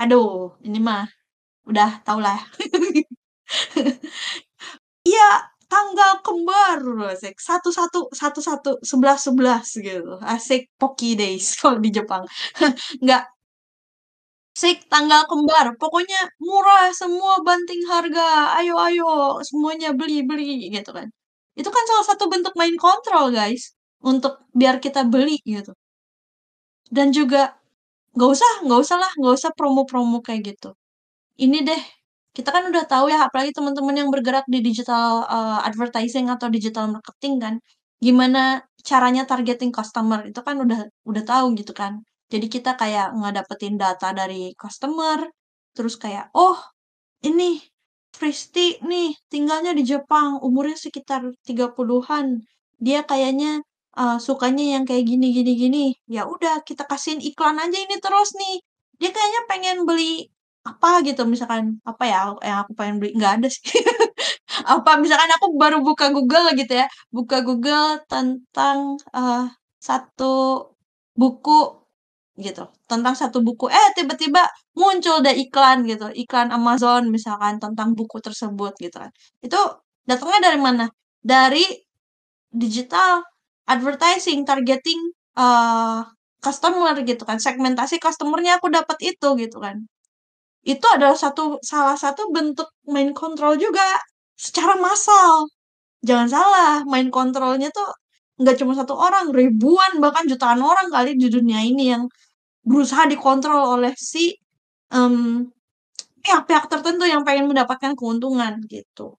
Aduh, ini mah udah tahulah. Iya, tanggal kembar, asik, satu satu, satu satu, sebelas sebelas gitu, asik, Pocky Days kalau di Jepang. Nggak, sik, tanggal kembar, pokoknya murah semua banting harga, ayo ayo, semuanya beli beli gitu kan. Itu kan salah satu bentuk main kontrol guys, untuk biar kita beli gitu. Dan juga nggak usah, nggak usah lah, nggak usah promo-promo kayak gitu. Ini deh, kita kan udah tahu ya, apalagi teman-teman yang bergerak di digital uh, advertising atau digital marketing kan, gimana caranya targeting customer itu kan udah udah tahu gitu kan. Jadi kita kayak ngedapetin data dari customer, terus kayak, oh ini Fristi nih tinggalnya di Jepang, umurnya sekitar tiga puluhan-an. Dia kayaknya uh, sukanya yang kayak gini gini gini. Ya udah kita kasihin iklan aja ini terus nih. Dia kayaknya pengen beli apa gitu misalkan apa ya yang aku pengen beli nggak ada sih. Apa misalkan aku baru buka Google gitu ya, buka Google tentang uh, satu buku gitu, tentang satu buku, eh tiba-tiba muncul deh iklan gitu, iklan Amazon misalkan tentang buku tersebut gitu kan. Itu datangnya dari mana? Dari digital advertising, targeting uh, customer gitu kan, segmentasi customernya aku dapat itu gitu kan. Itu adalah satu salah satu bentuk main kontrol juga secara massal. Jangan salah, main kontrolnya tuh nggak cuma satu orang, ribuan bahkan jutaan orang kali di dunia ini yang berusaha dikontrol oleh si um, pihak-pihak tertentu yang pengen mendapatkan keuntungan gitu.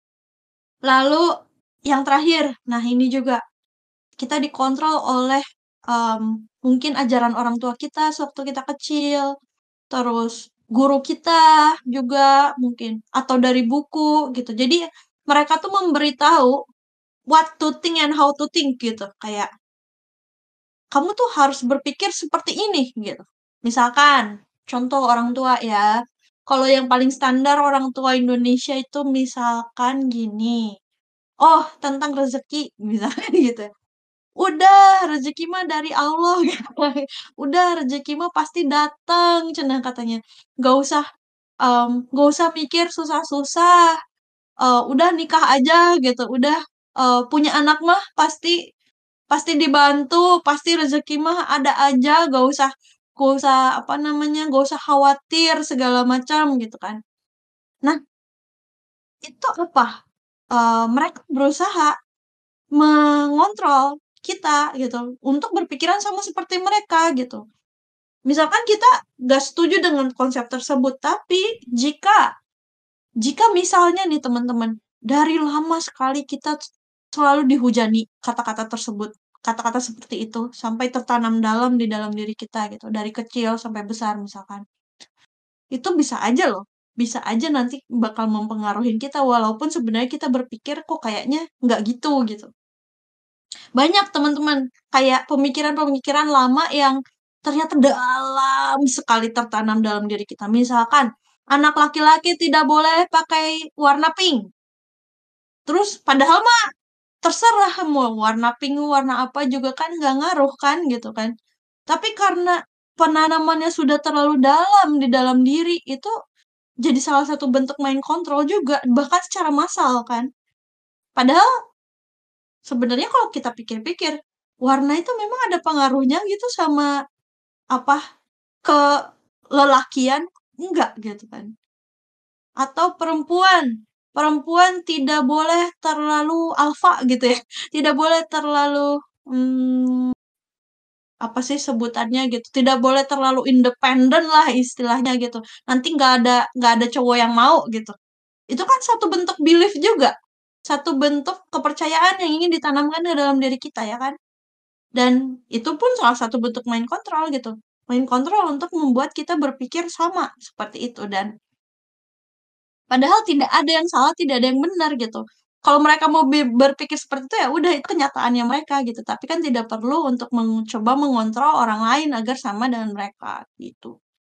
Lalu yang terakhir, nah ini juga kita dikontrol oleh um, mungkin ajaran orang tua kita sewaktu kita kecil, terus guru kita juga mungkin atau dari buku gitu. Jadi mereka tuh memberitahu what to think and how to think gitu. Kayak kamu tuh harus berpikir seperti ini gitu. Misalkan contoh orang tua ya. Kalau yang paling standar orang tua Indonesia itu misalkan gini. Oh, tentang rezeki misalkan gitu ya. Udah rezeki mah dari Allah gitu. Udah rezeki mah pasti datang cenah katanya. Gak usah um, gak usah mikir susah-susah. Uh, udah nikah aja gitu. Udah uh, punya anak mah pasti pasti dibantu, pasti rezeki mah ada aja, gak usah gak usah apa namanya, gak usah khawatir segala macam gitu kan. Nah, itu apa? Uh, mereka berusaha mengontrol kita gitu untuk berpikiran sama seperti mereka gitu. Misalkan kita gak setuju dengan konsep tersebut, tapi jika jika misalnya nih teman-teman, dari lama sekali kita selalu dihujani kata-kata tersebut, kata-kata seperti itu, sampai tertanam dalam di dalam diri kita gitu, dari kecil sampai besar misalkan. Itu bisa aja loh, bisa aja nanti bakal mempengaruhi kita, walaupun sebenarnya kita berpikir kok kayaknya nggak gitu gitu. Banyak teman-teman, kayak pemikiran-pemikiran lama yang ternyata dalam sekali tertanam dalam diri kita. Misalkan, anak laki-laki tidak boleh pakai warna pink. Terus padahal mah terserah mau warna pink, warna apa juga kan nggak ngaruh kan gitu kan. Tapi karena penanamannya sudah terlalu dalam di dalam diri, itu jadi salah satu bentuk main kontrol juga, bahkan secara massal kan. Padahal sebenarnya kalau kita pikir-pikir, warna itu memang ada pengaruhnya gitu sama apa ke lelakian? Enggak gitu kan. Atau perempuan, perempuan tidak boleh terlalu alfa gitu ya, tidak boleh terlalu hmm, apa sih sebutannya gitu, tidak boleh terlalu independen lah istilahnya gitu. Nanti nggak ada nggak ada cowok yang mau gitu. Itu kan satu bentuk belief juga, satu bentuk kepercayaan yang ingin ditanamkan ke dalam diri kita ya kan. Dan itu pun salah satu bentuk main kontrol gitu. Main kontrol untuk membuat kita berpikir sama seperti itu dan padahal tidak ada yang salah, tidak ada yang benar gitu. Kalau mereka mau berpikir seperti itu ya udah itu kenyataannya mereka gitu. Tapi kan tidak perlu untuk mencoba mengontrol orang lain agar sama dengan mereka gitu.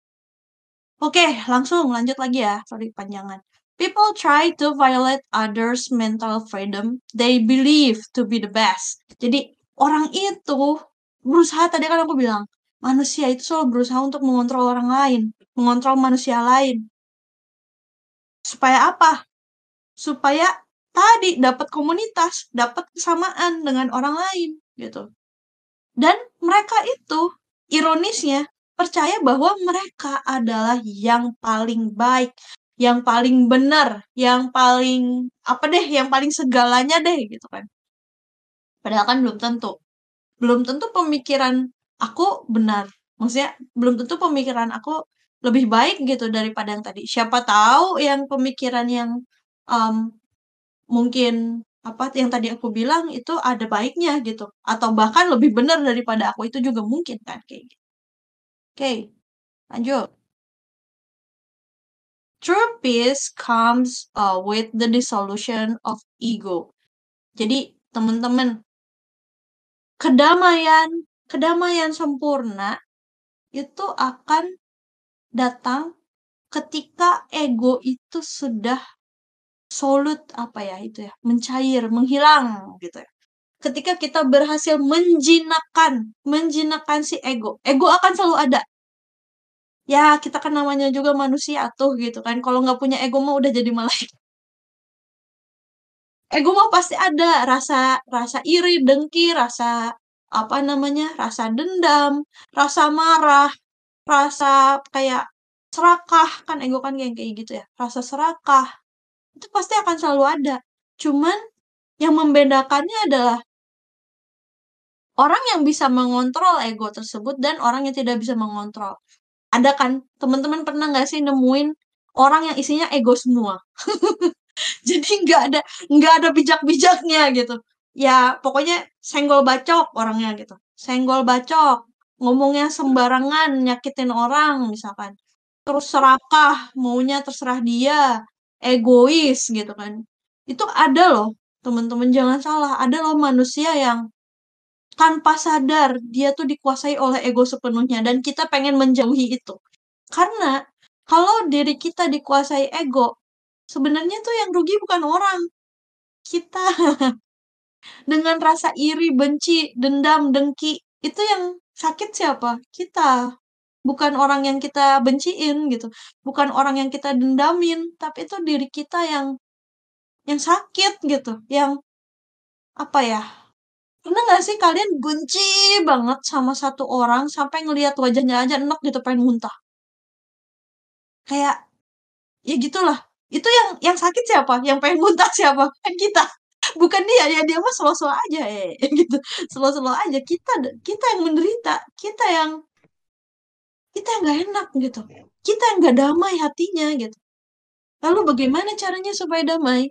Oke, langsung lanjut lagi ya. Sorry panjangan. People try to violate others' mental freedom they believe to be the best. Jadi orang itu berusaha, tadi kan aku bilang, manusia itu selalu berusaha untuk mengontrol orang lain, mengontrol manusia lain. Supaya apa? Supaya tadi dapat komunitas, dapat kesamaan dengan orang lain gitu. Dan mereka itu ironisnya percaya bahwa mereka adalah yang paling baik, yang paling benar, yang paling apa deh, yang paling segalanya deh gitu kan. Padahal kan belum tentu. Belum tentu pemikiran aku benar. Maksudnya belum tentu pemikiran aku lebih baik gitu daripada yang tadi. Siapa tahu yang pemikiran yang um, mungkin apa yang tadi aku bilang itu ada baiknya gitu atau bahkan lebih benar daripada aku itu juga mungkin kan kayak gitu. Oke, lanjut. True peace comes uh, with the dissolution of ego. Jadi, teman-teman, kedamaian kedamaian sempurna itu akan datang ketika ego itu sudah solid apa ya itu ya, mencair, menghilang gitu ya. Ketika kita berhasil menjinakkan, menjinakkan si ego, ego akan selalu ada. Ya, kita kan namanya juga manusia tuh gitu kan. Kalau nggak punya ego mah udah jadi malaikat. Ego mah pasti ada rasa rasa iri, dengki, rasa apa namanya, rasa dendam, rasa marah, rasa kayak serakah kan ego kan kayak kayak gitu ya. Rasa serakah itu pasti akan selalu ada. Cuman yang membedakannya adalah orang yang bisa mengontrol ego tersebut dan orang yang tidak bisa mengontrol. Ada kan, teman-teman pernah nggak sih nemuin orang yang isinya ego semua? Jadi nggak ada nggak ada bijak-bijaknya gitu. Ya pokoknya senggol bacok orangnya gitu. Senggol bacok, ngomongnya sembarangan, nyakitin orang misalkan. Terus serakah, maunya terserah dia, egois gitu kan. Itu ada loh, teman-teman jangan salah, ada loh manusia yang tanpa sadar dia tuh dikuasai oleh ego sepenuhnya dan kita pengen menjauhi itu. Karena kalau diri kita dikuasai ego, sebenarnya tuh yang rugi bukan orang, kita. Dengan rasa iri, benci, dendam, dengki, itu yang sakit siapa? Kita. Bukan orang yang kita benciin gitu. Bukan orang yang kita dendamin, tapi itu diri kita yang yang sakit gitu. Yang apa ya? Pernah nggak sih kalian benci banget sama satu orang sampai ngelihat wajahnya aja enek gitu pengen muntah? Kayak ya gitulah. Itu yang yang sakit siapa? Yang pengen muntah siapa? Kan kita. Bukan dia, ya dia mah slow-slow aja eh gitu. Slow-slow aja. Kita kita yang menderita, kita yang kita yang nggak enak gitu. Kita yang nggak damai hatinya gitu. Lalu bagaimana caranya supaya damai?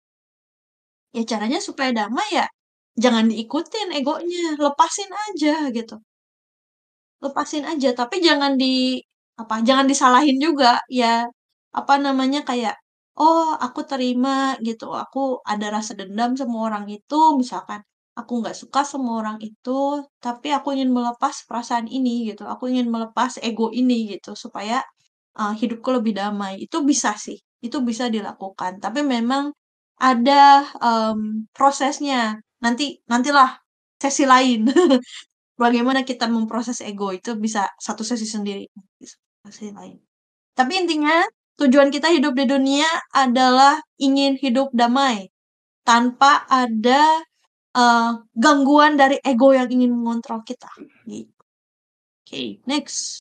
Ya caranya supaya damai ya jangan diikutin egonya, lepasin aja gitu. Lepasin aja, tapi jangan di apa? Jangan disalahin juga ya. Apa namanya kayak oh, aku terima gitu. Aku ada rasa dendam sama orang itu, misalkan aku nggak suka sama orang itu, tapi aku ingin melepas perasaan ini gitu. Aku ingin melepas ego ini gitu supaya uh, hidupku lebih damai. Itu bisa sih, itu bisa dilakukan. Tapi memang ada em, prosesnya. Nanti nantilah sesi lain. Bagaimana kita memproses ego itu bisa satu sesi sendiri, bisa sesi lain. Tapi intinya tujuan kita hidup di dunia adalah ingin hidup damai tanpa ada uh, gangguan dari ego yang ingin mengontrol kita. Gitu. Oke, okay, next.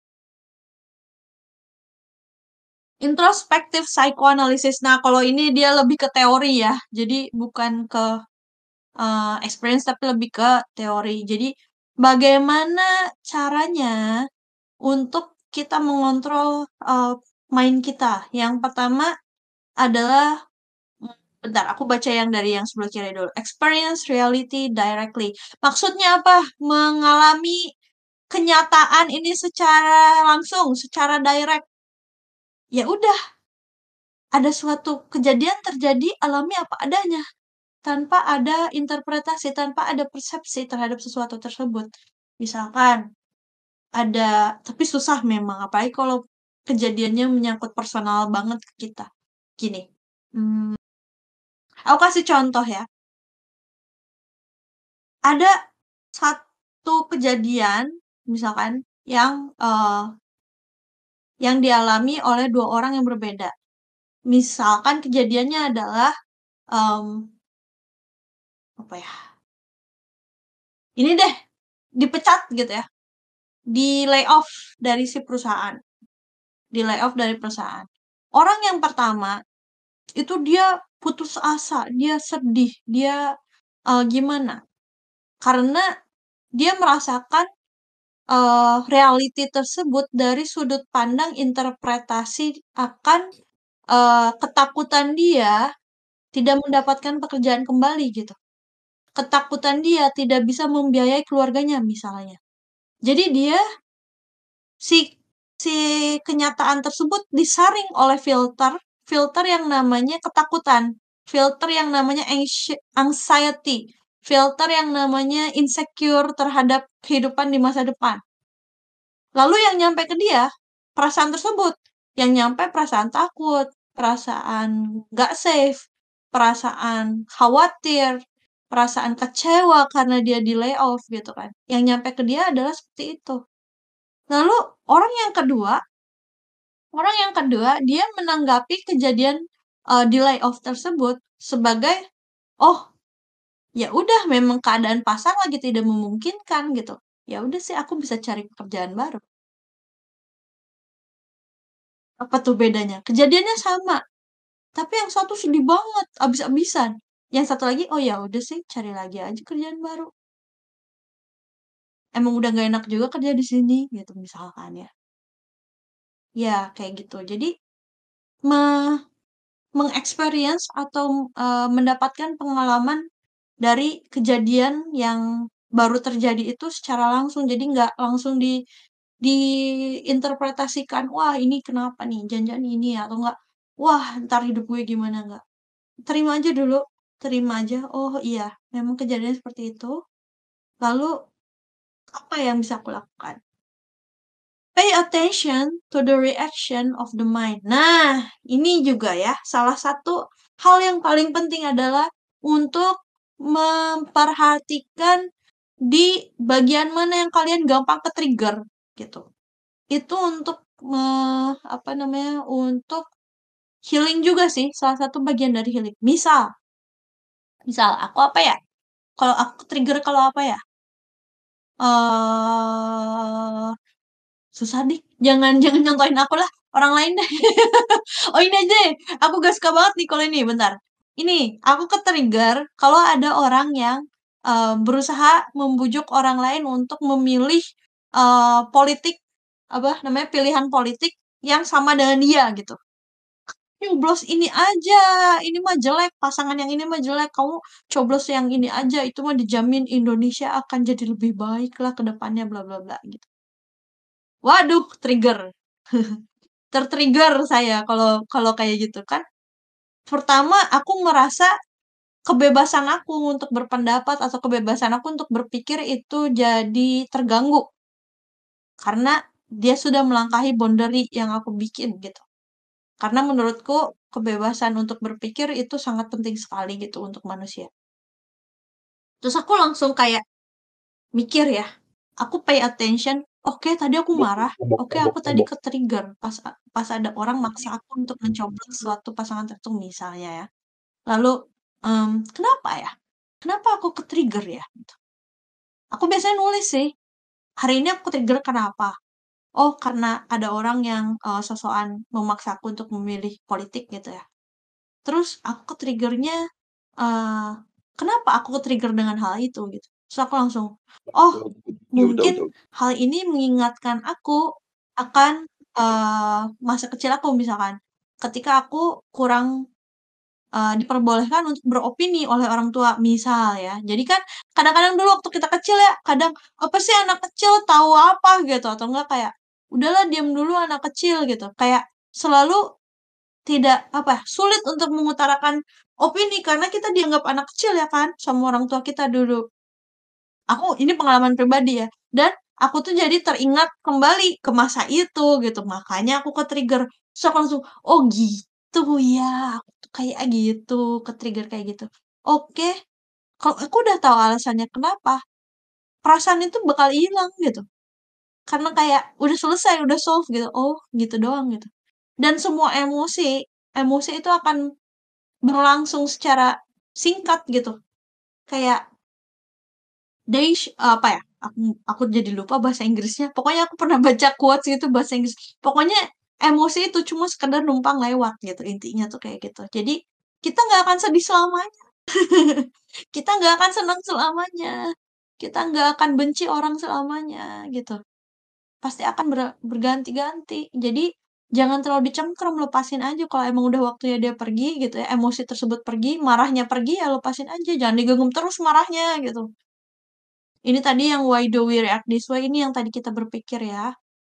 Introspektif psychoanalysis. Nah, kalau ini dia lebih ke teori ya. Jadi bukan ke uh, experience tapi lebih ke teori. Jadi bagaimana caranya untuk kita mengontrol uh, mind kita? Yang pertama adalah hmm, bentar, aku baca yang dari yang sebelah kiri dulu. Experience reality directly. Maksudnya apa? Mengalami kenyataan ini secara langsung, secara direct. Ya udah, ada suatu kejadian terjadi, alami apa adanya. Tanpa ada interpretasi, tanpa ada persepsi terhadap sesuatu tersebut. Misalkan, ada, tapi susah memang, apalagi kalau kejadiannya menyangkut personal banget ke kita. Gini, hmm, aku kasih contoh ya. Ada satu kejadian, misalkan, yang uh, yang dialami oleh dua orang yang berbeda. Misalkan kejadiannya adalah mmm apa ya, ini deh, dipecat gitu ya, di-layoff dari si perusahaan, di-layoff dari perusahaan. Orang yang pertama, itu dia putus asa, dia sedih, dia, eee, gimana, karena dia merasakan, eee, reality tersebut dari sudut pandang interpretasi akan, eee, ketakutan dia tidak mendapatkan pekerjaan kembali gitu. Ketakutan dia tidak bisa membiayai keluarganya misalnya. Jadi dia si si kenyataan tersebut disaring oleh filter, filter yang namanya ketakutan, filter yang namanya anxi anxiety, filter yang namanya insecure terhadap kehidupan di masa depan. Lalu yang nyampe ke dia, perasaan tersebut, yang nyampe perasaan takut, perasaan nggak safe, perasaan khawatir, perasaan kecewa karena dia di-layoff gitu kan. Yang nyampe ke dia adalah seperti itu. Lalu orang yang kedua orang yang kedua, dia menanggapi kejadian, eee, di-layoff tersebut sebagai, "Oh, ya udah memang keadaan pasar lagi tidak memungkinkan," gitu. Ya udah sih aku bisa cari pekerjaan baru. Apa tuh bedanya? Kejadiannya sama, tapi yang satu sedih banget, abis-abisan. Yang satu lagi, "Oh ya udah sih cari lagi aja kerjaan baru. Emang udah nggak enak juga kerja di sini," gitu misalkan ya. Ya kayak gitu. Jadi me meng-experience atau, eee, mendapatkan pengalaman dari kejadian yang baru terjadi itu secara langsung. Jadi nggak langsung di diinterpretasikan, "Wah ini kenapa nih? Jangan-jangan ini ya," atau enggak, "Wah entar hidup gue gimana," enggak. Terima aja dulu, terima aja, "Oh iya memang kejadiannya seperti itu, lalu apa yang bisa aku lakukan?" Pay attention to the reaction of the mind. Nah, ini juga ya, salah satu hal yang paling penting adalah untuk memperhatikan di bagian mana yang kalian gampang ke-trigger, gitu. Itu untuk me apa namanya, untuk healing juga sih, salah satu bagian dari healing. Misal misal aku apa ya, kalau aku ke-trigger kalau apa ya, eee, susah deh, jangan jangan nyontohin aku lah, orang lain deh. Oh ini aja deh, aku gak suka banget nih kalau ini, bentar. Ini, aku ke-trigger kalau ada orang yang, eee, berusaha membujuk orang lain untuk memilih, eee, politik, apa namanya, pilihan politik yang sama dengan dia gitu. "Nyoblos ini aja, ini mah jelek, pasangan yang ini mah jelek, kamu coblos yang ini aja, itu mah dijamin Indonesia akan jadi lebih baik lah ke depannya, bla bla bla," gitu. Waduh, trigger. Ter-trigger saya kalau kalau kayak gitu kan. Pertama, aku merasa kebebasan aku untuk berpendapat atau kebebasan aku untuk berpikir itu jadi terganggu. Karena dia sudah melangkahi boundary yang aku bikin gitu. Karena menurutku kebebasan untuk berpikir itu sangat penting sekali gitu untuk manusia. Terus aku langsung kayak mikir ya, aku pay attention, oke tadi aku marah, oke aku tadi ke-trigger pas pas ada orang maksa aku untuk mencoblos suatu pasangan tertentu misalnya ya. Lalu, mmm, kenapa ya? Kenapa aku ke-trigger ya? Gitu. Aku biasanya nulis sih, hari ini aku ke-trigger kenapa? Oh karena ada orang yang, eee, sok-sokan memaksaku untuk memilih politik gitu ya. Terus aku ke-trigger-nya, eee, kenapa aku ke-trigger dengan hal itu gitu. Terus aku langsung, oh mungkin hal ini mengingatkan aku akan, eee, masa kecil aku misalkan. Ketika aku kurang Eee, diperbolehkan untuk beropini oleh orang tua, misal ya. Jadi kan kadang-kadang dulu waktu kita kecil ya, kadang, "Apa sih anak kecil tahu apa?" Gitu, atau enggak kayak, "Udahlah diam dulu anak kecil," gitu. Kayak selalu tidak, apa, sulit untuk mengutarakan opini karena kita dianggap anak kecil ya kan, sama orang tua kita dulu. Aku ini pengalaman pribadi ya, dan aku tuh jadi teringat kembali ke masa itu gitu, makanya aku ke-trigger. Terus aku langsung, "Oh gitu ya, aku tuh kayak gitu, ke-trigger kayak gitu." Oke, kalau aku udah tahu alasannya kenapa, perasaan itu bakal hilang gitu. Karena kayak udah selesai, udah solve gitu, oh gitu doang gitu. Dan semua emosi, emosi itu akan berlangsung secara singkat gitu. Kayak they sh- apa ya? Aku aku jadi lupa bahasa Inggrisnya. Pokoknya aku pernah baca quotes gitu bahasa Inggris. Pokoknya emosi itu cuma sekedar numpang lewat gitu. Intinya tuh kayak gitu. Jadi kita nggak akan sedih selamanya. Kita nggak akan senang selamanya. Kita nggak akan benci orang selamanya gitu. Pasti akan ber- berganti-ganti. Jadi jangan terlalu dicengkram, lepasin aja kalau emang udah waktunya dia pergi gitu ya, emosi tersebut pergi, marahnya pergi ya lepasin aja, jangan digenggam terus marahnya gitu. Ini tadi yang why do we react this way, ini yang tadi kita berpikir ya.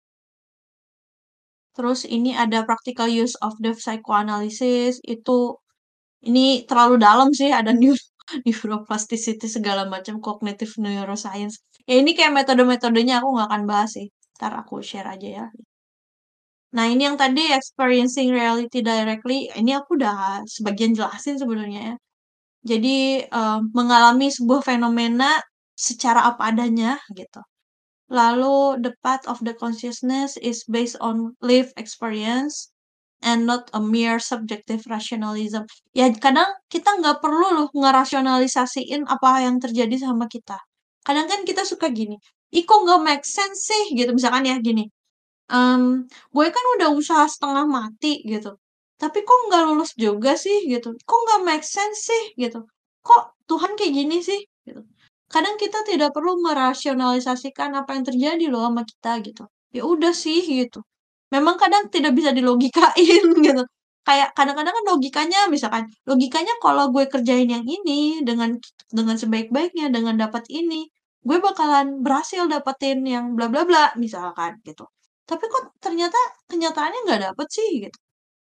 Terus ini ada practical use of the psychoanalysis, itu ini terlalu dalam sih, ada neuro, neuroplasticity segala macam, cognitive neuroscience. Ya ini kayak metode-metodenya aku nggak akan bahas sih. Ntar aku share aja ya. Nah, ini yang tadi experiencing reality directly, ini aku udah sebagian jelasin sebenarnya ya. Jadi, eh, mengalami sebuah fenomena secara apa adanya gitu. Lalu, the path of the consciousness is based on lived experience and not a mere subjective rationalism. Ya, kadang kita nggak perlu loh ngerasionalisasiin apa yang terjadi sama kita. Kadang kan kita suka gini, ih kok nggak make sense sih gitu. Misalkan ya gini, Mmm, gue kan udah usaha setengah mati gitu, tapi kok nggak lulus juga sih gitu, kok nggak make sense sih gitu, kok Tuhan kayak gini sih gitu. Kadang kita tidak perlu merasionalisasikan apa yang terjadi loh sama kita gitu. Ya udah sih gitu. Memang kadang tidak bisa dilogikain gitu. Kayak kadang-kadang kan logikanya misalkan, logikanya kalau gue kerjain yang ini dengan dengan sebaik-baiknya, dengan dapat ini, gue bakalan berhasil dapetin yang bla bla bla misalkan gitu. Tapi kok ternyata kenyataannya nggak dapet sih gitu.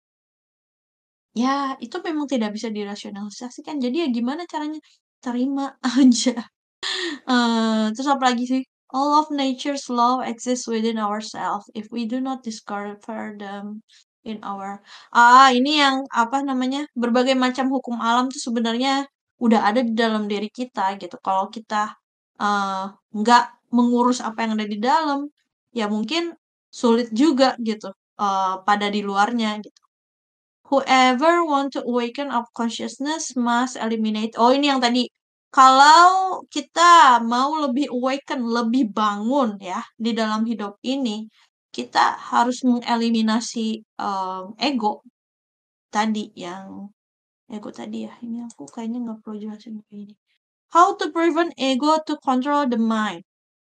Ya, itu memang tidak bisa dirasionalisasikan. Jadi ya gimana caranya? Terima aja. Eh, terus apa lagi sih? All of nature's law exists within ourselves if we do not discover them in our. Ah, ini yang apa namanya? Berbagai macam hukum alam tuh sebenarnya udah ada di dalam diri kita gitu. Kalau kita eh, nggak mengurus apa yang ada di dalam, ya mungkin sulit juga gitu eh, pada di luarnya gitu. Whoever want to awaken of consciousness must eliminate. Oh, ini yang tadi. Kalau kita mau lebih awaken, lebih bangun ya di dalam hidup ini, kita harus mengeliminasi um, ego tadi yang ego tadi ya. Ini aku kayaknya nggak perlu jelasin kayak ini. How to prevent ego to control the mind.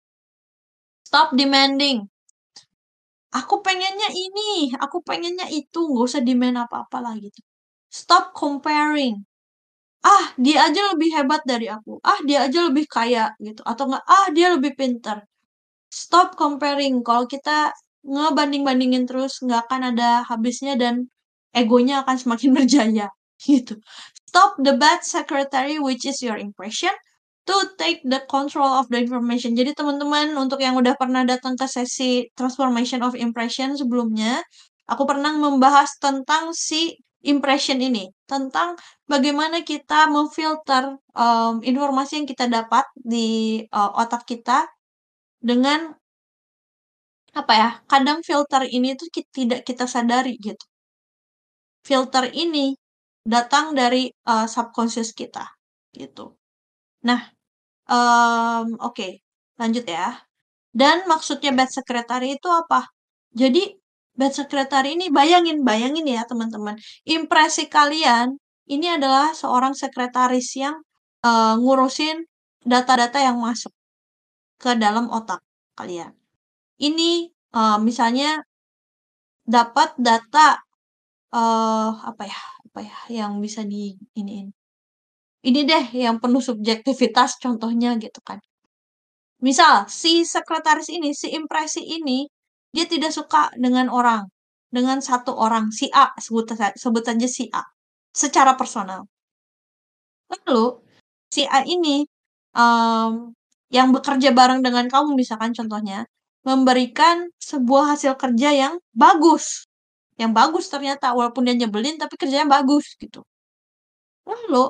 Stop demanding. Aku pengennya ini, aku pengennya itu, nggak usah demand apa-apa lah gitu. Stop comparing. Ah, dia aja lebih hebat dari aku. Ah, dia aja lebih kaya gitu. Atau enggak, ah, dia lebih pintar. Stop comparing. Kalau kita ngebanding-bandingin terus, nggak akan ada habisnya dan egonya akan semakin berjaya. Gitu. Stop the bad secretary, which is your impression, to take the control of the information. Jadi teman-teman, untuk yang udah pernah datang ke sesi transformation of impression sebelumnya, aku pernah membahas tentang si impression ini, tentang bagaimana kita memfilter um, informasi yang kita dapat di uh, otak kita dengan apa ya? Kadang filter ini tuh ki- tidak kita sadari gitu. Filter ini datang dari uh, subconscious kita gitu. Nah, um, oke, okay, lanjut ya. Dan maksudnya bad secretary itu apa? Jadi bad secretary ini bayangin, bayangin ya teman-teman. Impresi kalian ini adalah seorang sekretaris yang uh, ngurusin data-data yang masuk ke dalam otak kalian. Ini uh, misalnya dapat data uh, apa ya? Apa ya yang bisa di iniin. Ini deh yang penuh subjektivitas contohnya gitu kan. Misal, si sekretaris ini, si impresi ini, dia tidak suka dengan orang, dengan satu orang, si A, sebut, sebut saja si A, secara personal. Lalu, si A ini, um, yang bekerja bareng dengan kamu, misalkan contohnya, memberikan sebuah hasil kerja yang bagus. Yang bagus ternyata, walaupun dia nyebelin, tapi kerjanya bagus, gitu. Lalu,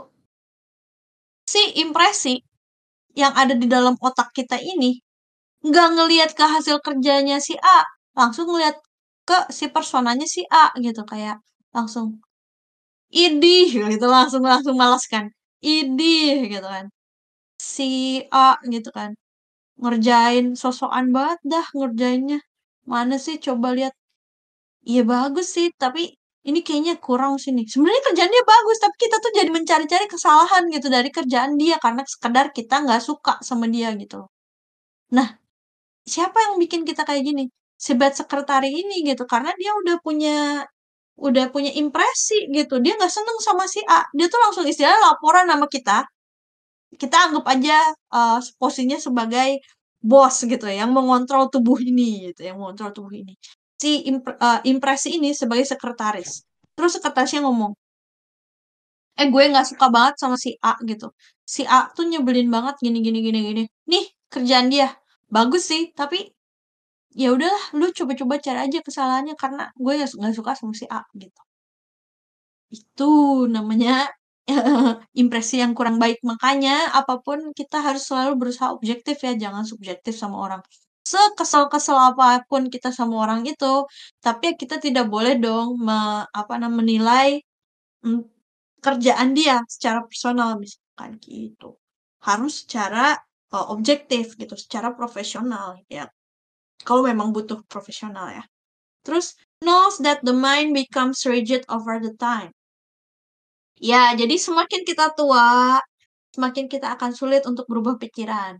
si impresi yang ada di dalam otak kita ini, nggak ngelihat ke hasil kerjanya si A, langsung ngelihat ke si personanya si A gitu kayak langsung "Idih," gitu, langsung langsung malas kan, "Idih," gitu kan, si A gitu kan, ngerjain sok-sokan banget dah ngerjainnya, "Mana sih coba lihat." Iya bagus sih, tapi ini kayaknya kurang sih nih. Sebenarnya kerjaan dia bagus, tapi kita tuh jadi mencari-cari kesalahan gitu dari kerjaan dia karena sekedar kita nggak suka sama dia gitu loh. Nah, siapa yang bikin kita kayak gini? Si bad secretary ini gitu, karena dia udah punya udah punya impresi gitu, dia nggak seneng sama si A, dia tuh langsung istilahnya laporan sama kita, kita anggap aja, eee, posisinya sebagai bos gitu ya, yang mengontrol tubuh ini gitu, yang mengontrol tubuh ini. Si impre eee, impresi ini sebagai sekretaris. Terus sekretarisnya ngomong, "Eh, gue nggak suka banget sama si A," gitu. "Si A tuh nyebelin banget gini gini gini gini. Nih kerjaan dia, bagus sih, tapi ya udahlah lu coba-coba cari aja kesalahannya karena gue nggak su nggak suka sama si A," gitu. Itu namanya impresi yang kurang baik. Makanya apapun kita harus selalu berusaha objektif ya, jangan subjektif sama orang. Sekesal-kesel apapun kita sama orang itu, tapi ya kita tidak boleh dong me apa nam menilai, mmm, kerjaan dia secara personal misalkan gitu. Harus secara, eee, objektif gitu, secara profesional ya, kalau memang butuh profesional ya. Terus, knows that the mind becomes rigid over the time. Ya, jadi semakin kita tua, semakin kita akan sulit untuk berubah pikiran.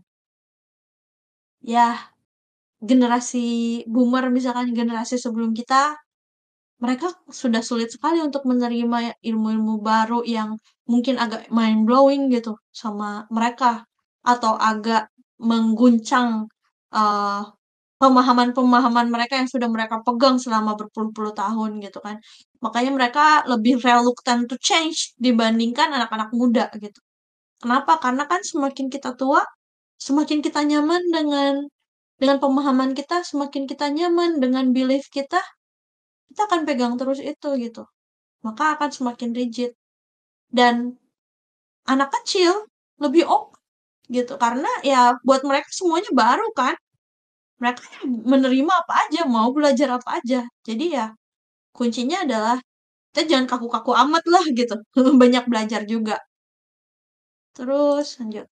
Ya, generasi boomer misalkan generasi sebelum kita, mereka sudah sulit sekali untuk menerima ilmu-ilmu baru yang mungkin agak mind blowing gitu sama mereka, atau agak mengguncang, eee, pemahaman-pemahaman mereka yang sudah mereka pegang selama berpuluh-puluh tahun gitu kan. Makanya mereka lebih reluctant to change dibandingkan anak-anak muda gitu. Kenapa? Karena kan semakin kita tua, semakin kita nyaman dengan dengan pemahaman kita, semakin kita nyaman dengan belief kita, kita akan pegang terus itu gitu. Maka akan semakin rigid. Dan anak kecil lebih open gitu karena ya buat mereka semuanya baru kan. Mereka menerima apa aja, mau belajar apa aja. Jadi ya kuncinya adalah kita jangan kaku-kaku amat lah gitu. Banyak belajar juga. Terus lanjut.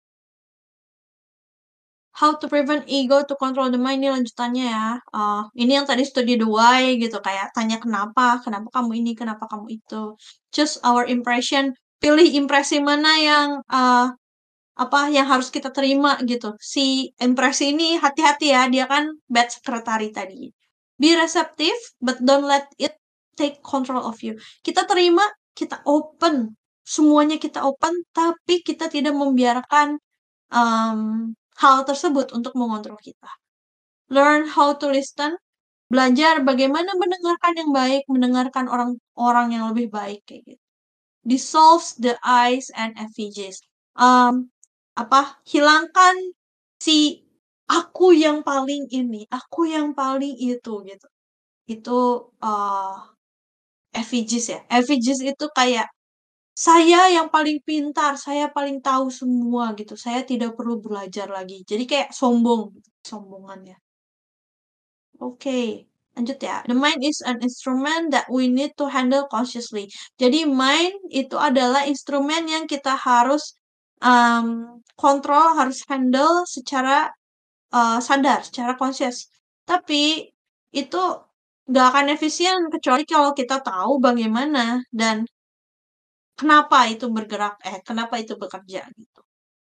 How to prevent ego to control the mind, ini lanjutannya ya. Eee, ini yang tadi study the why gitu, kayak tanya kenapa, kenapa kamu ini, kenapa kamu itu. Choose our impression, pilih impresi mana yang, eee, apa, yang harus kita terima gitu. Si impresi ini hati-hati ya, dia kan bad secretary tadi. Be receptive, but don't let it take control of you. Kita terima, kita open, semuanya kita open, tapi kita tidak membiarkan Mmm, hal tersebut untuk mengontrol kita. Learn how to listen, belajar bagaimana mendengarkan yang baik, mendengarkan orang orang yang lebih baik kayak gitu. Dissolves the I's and effigies. Mmm, apa, hilangkan si aku yang paling ini, aku yang paling itu gitu. Itu, eee, effigies ya. Effigies itu kayak saya yang paling pintar, saya paling tahu semua gitu, saya tidak perlu belajar lagi. Jadi kayak sombong gitu, sombongannya. Oke, lanjut ya. The mind is an instrument that we need to handle consciously. Jadi mind itu adalah instrumen yang kita harus um, kontrol, harus handle secara uh, sadar, secara conscious. Tapi itu nggak akan efisien kecuali kalau kita tahu bagaimana dan kenapa itu bergerak, eh, kenapa itu bekerja gitu.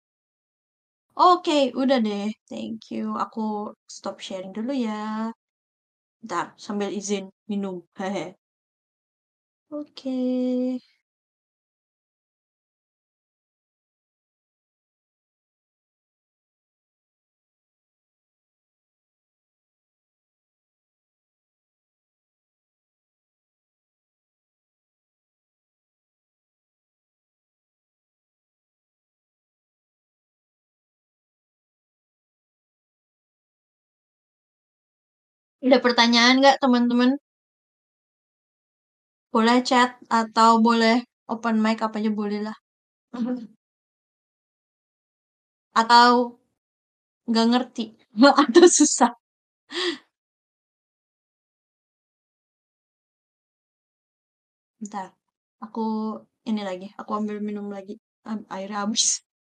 Oke, udah deh. Thank you. Aku stop sharing dulu ya. Bentar, sambil izin minum. Hehe. Oke. Ada pertanyaan nggak teman-teman? Boleh chat atau boleh open mic apa aja boleh lah. Atau nggak ngerti atau susah. Bentar. Aku ini lagi, aku ambil minum lagi. Am airnya habis.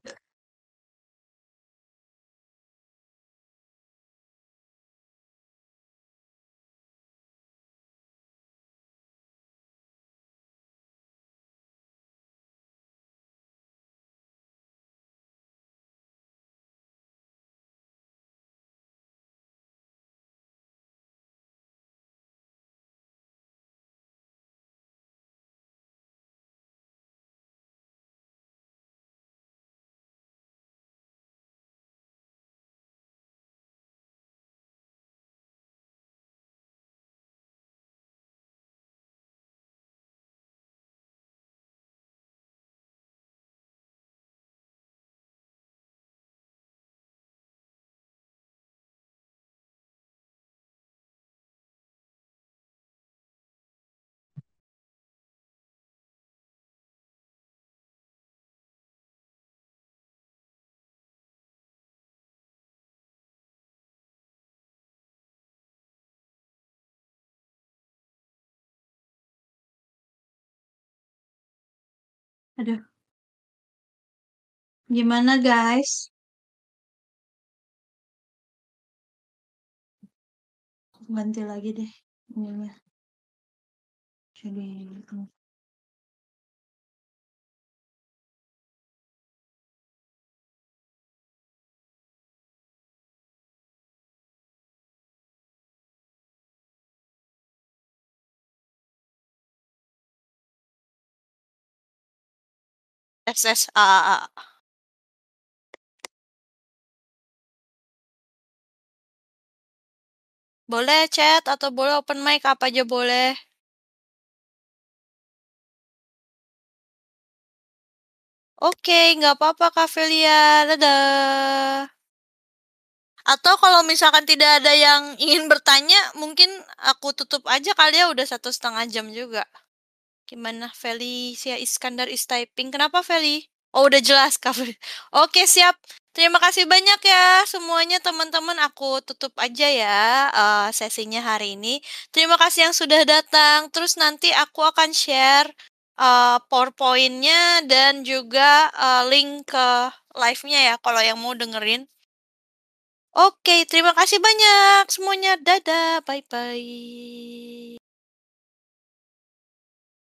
Aduh, gimana guys? Aku ganti lagi deh ininya. Jadi hmm, S S A A A. Boleh chat atau boleh open mic, apa aja boleh. Oke, nggak apa-apa Kak Velia. Dadah. Atau kalau misalkan tidak ada yang ingin bertanya, mungkin aku tutup aja kali ya, udah satu setengah jam juga. Gimana Felicia Iskandar is typing? Kenapa Feli? Oh udah jelas Kak Feli. Oke siap. Terima kasih banyak ya semuanya teman-teman. Aku tutup aja ya eh, sesinya hari ini. Terima kasih yang sudah datang. Terus nanti aku akan share eh, PowerPoint-nya dan juga eh, link ke live-nya ya kalau yang mau dengerin. Oke, terima kasih banyak semuanya. Dadah, bye-bye.